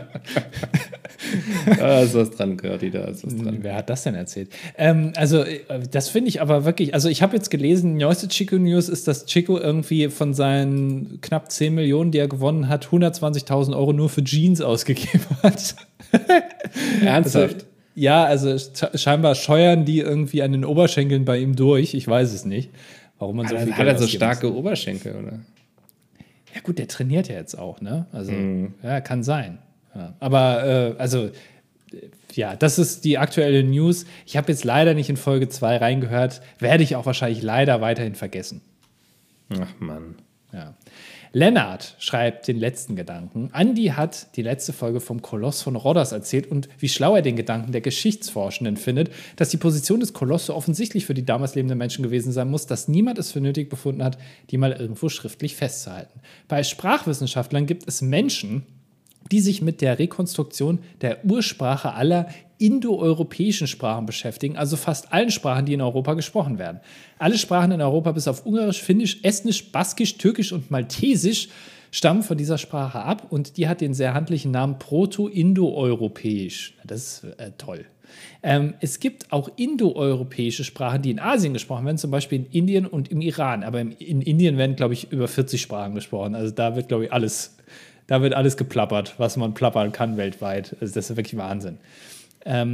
Da ist was dran, Curti, da ist was dran. Wer hat das denn erzählt? Das finde ich aber wirklich, also ich habe jetzt gelesen, neueste Chico-News ist, dass Chico irgendwie von seinen knapp 10 Millionen, die er gewonnen hat, 120.000 Euro nur für Jeans ausgegeben hat. Ernsthaft? Also scheinbar scheuern die irgendwie an den Oberschenkeln bei ihm durch, ich weiß es nicht. Warum man so viel Geld hat er so starke Oberschenkel, oder? Ja gut, der trainiert ja jetzt auch, ne? Also, ja, kann sein. Ja. Aber, das ist die aktuelle News. Ich habe jetzt leider nicht in Folge 2 reingehört. Werde ich auch wahrscheinlich leider weiterhin vergessen. Ach Mann. Ja. Lennart schreibt den letzten Gedanken. Andi hat die letzte Folge vom Koloss von Rhodos erzählt und wie schlau er den Gedanken der Geschichtsforschenden findet, dass die Position des Kolosses so offensichtlich für die damals lebenden Menschen gewesen sein muss, dass niemand es für nötig befunden hat, die mal irgendwo schriftlich festzuhalten. Bei Sprachwissenschaftlern gibt es Menschen, die sich mit der Rekonstruktion der Ursprache aller indoeuropäischen Sprachen beschäftigen, also fast allen Sprachen, die in Europa gesprochen werden. Alle Sprachen in Europa bis auf Ungarisch, Finnisch, Estnisch, Baskisch, Türkisch und Maltesisch stammen von dieser Sprache ab und die hat den sehr handlichen Namen Proto-Indoeuropäisch. Das ist toll. Es gibt auch indoeuropäische Sprachen, die in Asien gesprochen werden, zum Beispiel in Indien und im Iran. Aber in Indien werden, glaube ich, über 40 Sprachen gesprochen. Also da wird, glaube ich, alles geplappert, was man plappern kann weltweit. Also das ist wirklich Wahnsinn.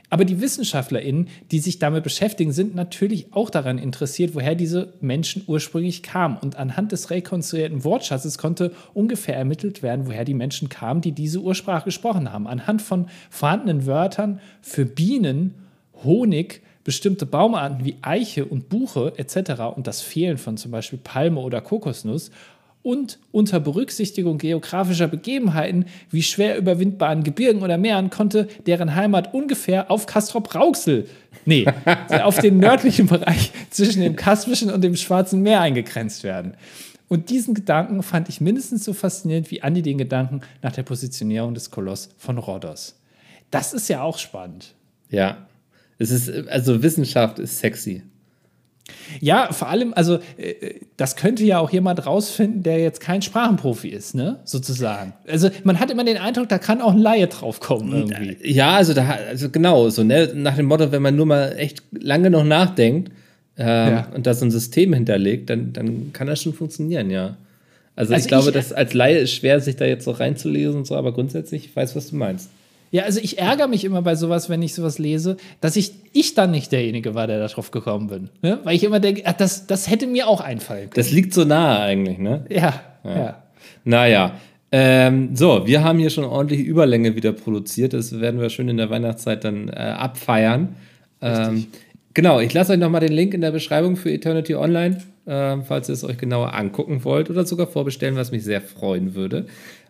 Aber die WissenschaftlerInnen, die sich damit beschäftigen, sind natürlich auch daran interessiert, woher diese Menschen ursprünglich kamen. Und anhand des rekonstruierten Wortschatzes konnte ungefähr ermittelt werden, woher die Menschen kamen, die diese Ursprache gesprochen haben. Anhand von vorhandenen Wörtern für Bienen, Honig, bestimmte Baumarten wie Eiche und Buche etc. und das Fehlen von zum Beispiel Palme oder Kokosnuss und unter Berücksichtigung geografischer Begebenheiten wie schwer überwindbaren Gebirgen oder Meeren konnte deren Heimat ungefähr auf Castrop-Rauxel, auf den nördlichen Bereich zwischen dem Kaspischen und dem Schwarzen Meer eingegrenzt werden. Und diesen Gedanken fand ich mindestens so faszinierend wie Andi den Gedanken nach der Positionierung des Koloss von Rhodos. Das ist ja auch spannend. Ja, also Wissenschaft ist sexy. Ja, vor allem, also das könnte ja auch jemand rausfinden, der jetzt kein Sprachenprofi ist, ne, sozusagen. Also man hat immer den Eindruck, da kann auch ein Laie drauf kommen irgendwie. Ja, also genau, so ne, nach dem Motto, wenn man nur mal echt lange noch nachdenkt und da so ein System hinterlegt, dann kann das schon funktionieren, ja. Also ich glaube, dass als Laie ist schwer, sich da jetzt so reinzulesen und so, aber grundsätzlich, ich weiß, was du meinst. Ja, also ich ärgere mich immer bei sowas, wenn ich sowas lese, dass ich dann nicht derjenige war, der da drauf gekommen bin. Ne? Weil ich immer denke, das hätte mir auch einfallen können. Das liegt so nahe eigentlich, ne? Ja. Naja, so, wir haben hier schon ordentliche Überlänge wieder produziert. Das werden wir schön in der Weihnachtszeit dann abfeiern. Genau, ich lasse euch nochmal den Link in der Beschreibung für Eternity Online, falls ihr es euch genauer angucken wollt oder sogar vorbestellen, was mich sehr freuen würde.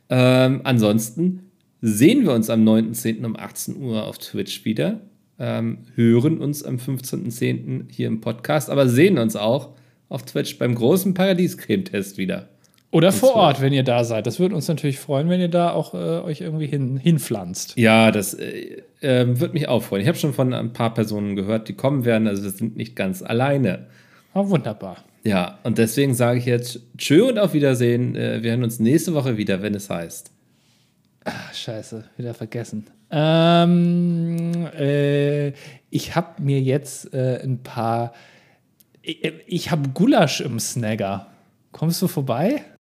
Ansonsten sehen wir uns am 9.10. um 18 Uhr auf Twitch wieder, hören uns am 15.10. hier im Podcast, aber sehen uns auch auf Twitch beim großen Paradiescreme-Test wieder. Oder vor Ort, wenn ihr da seid. Das würde uns natürlich freuen, wenn ihr da auch euch irgendwie hinpflanzt. Ja, das würde mich auch freuen. Ich habe schon von ein paar Personen gehört, die kommen werden, also wir sind nicht ganz alleine. Oh, wunderbar. Ja, und deswegen sage ich jetzt Tschö und auf Wiedersehen. Wir hören uns nächste Woche wieder, wenn es heißt. Scheiße, wieder vergessen. Ich habe mir jetzt ein paar. Ich habe Gulasch im Snagger. Kommst du vorbei?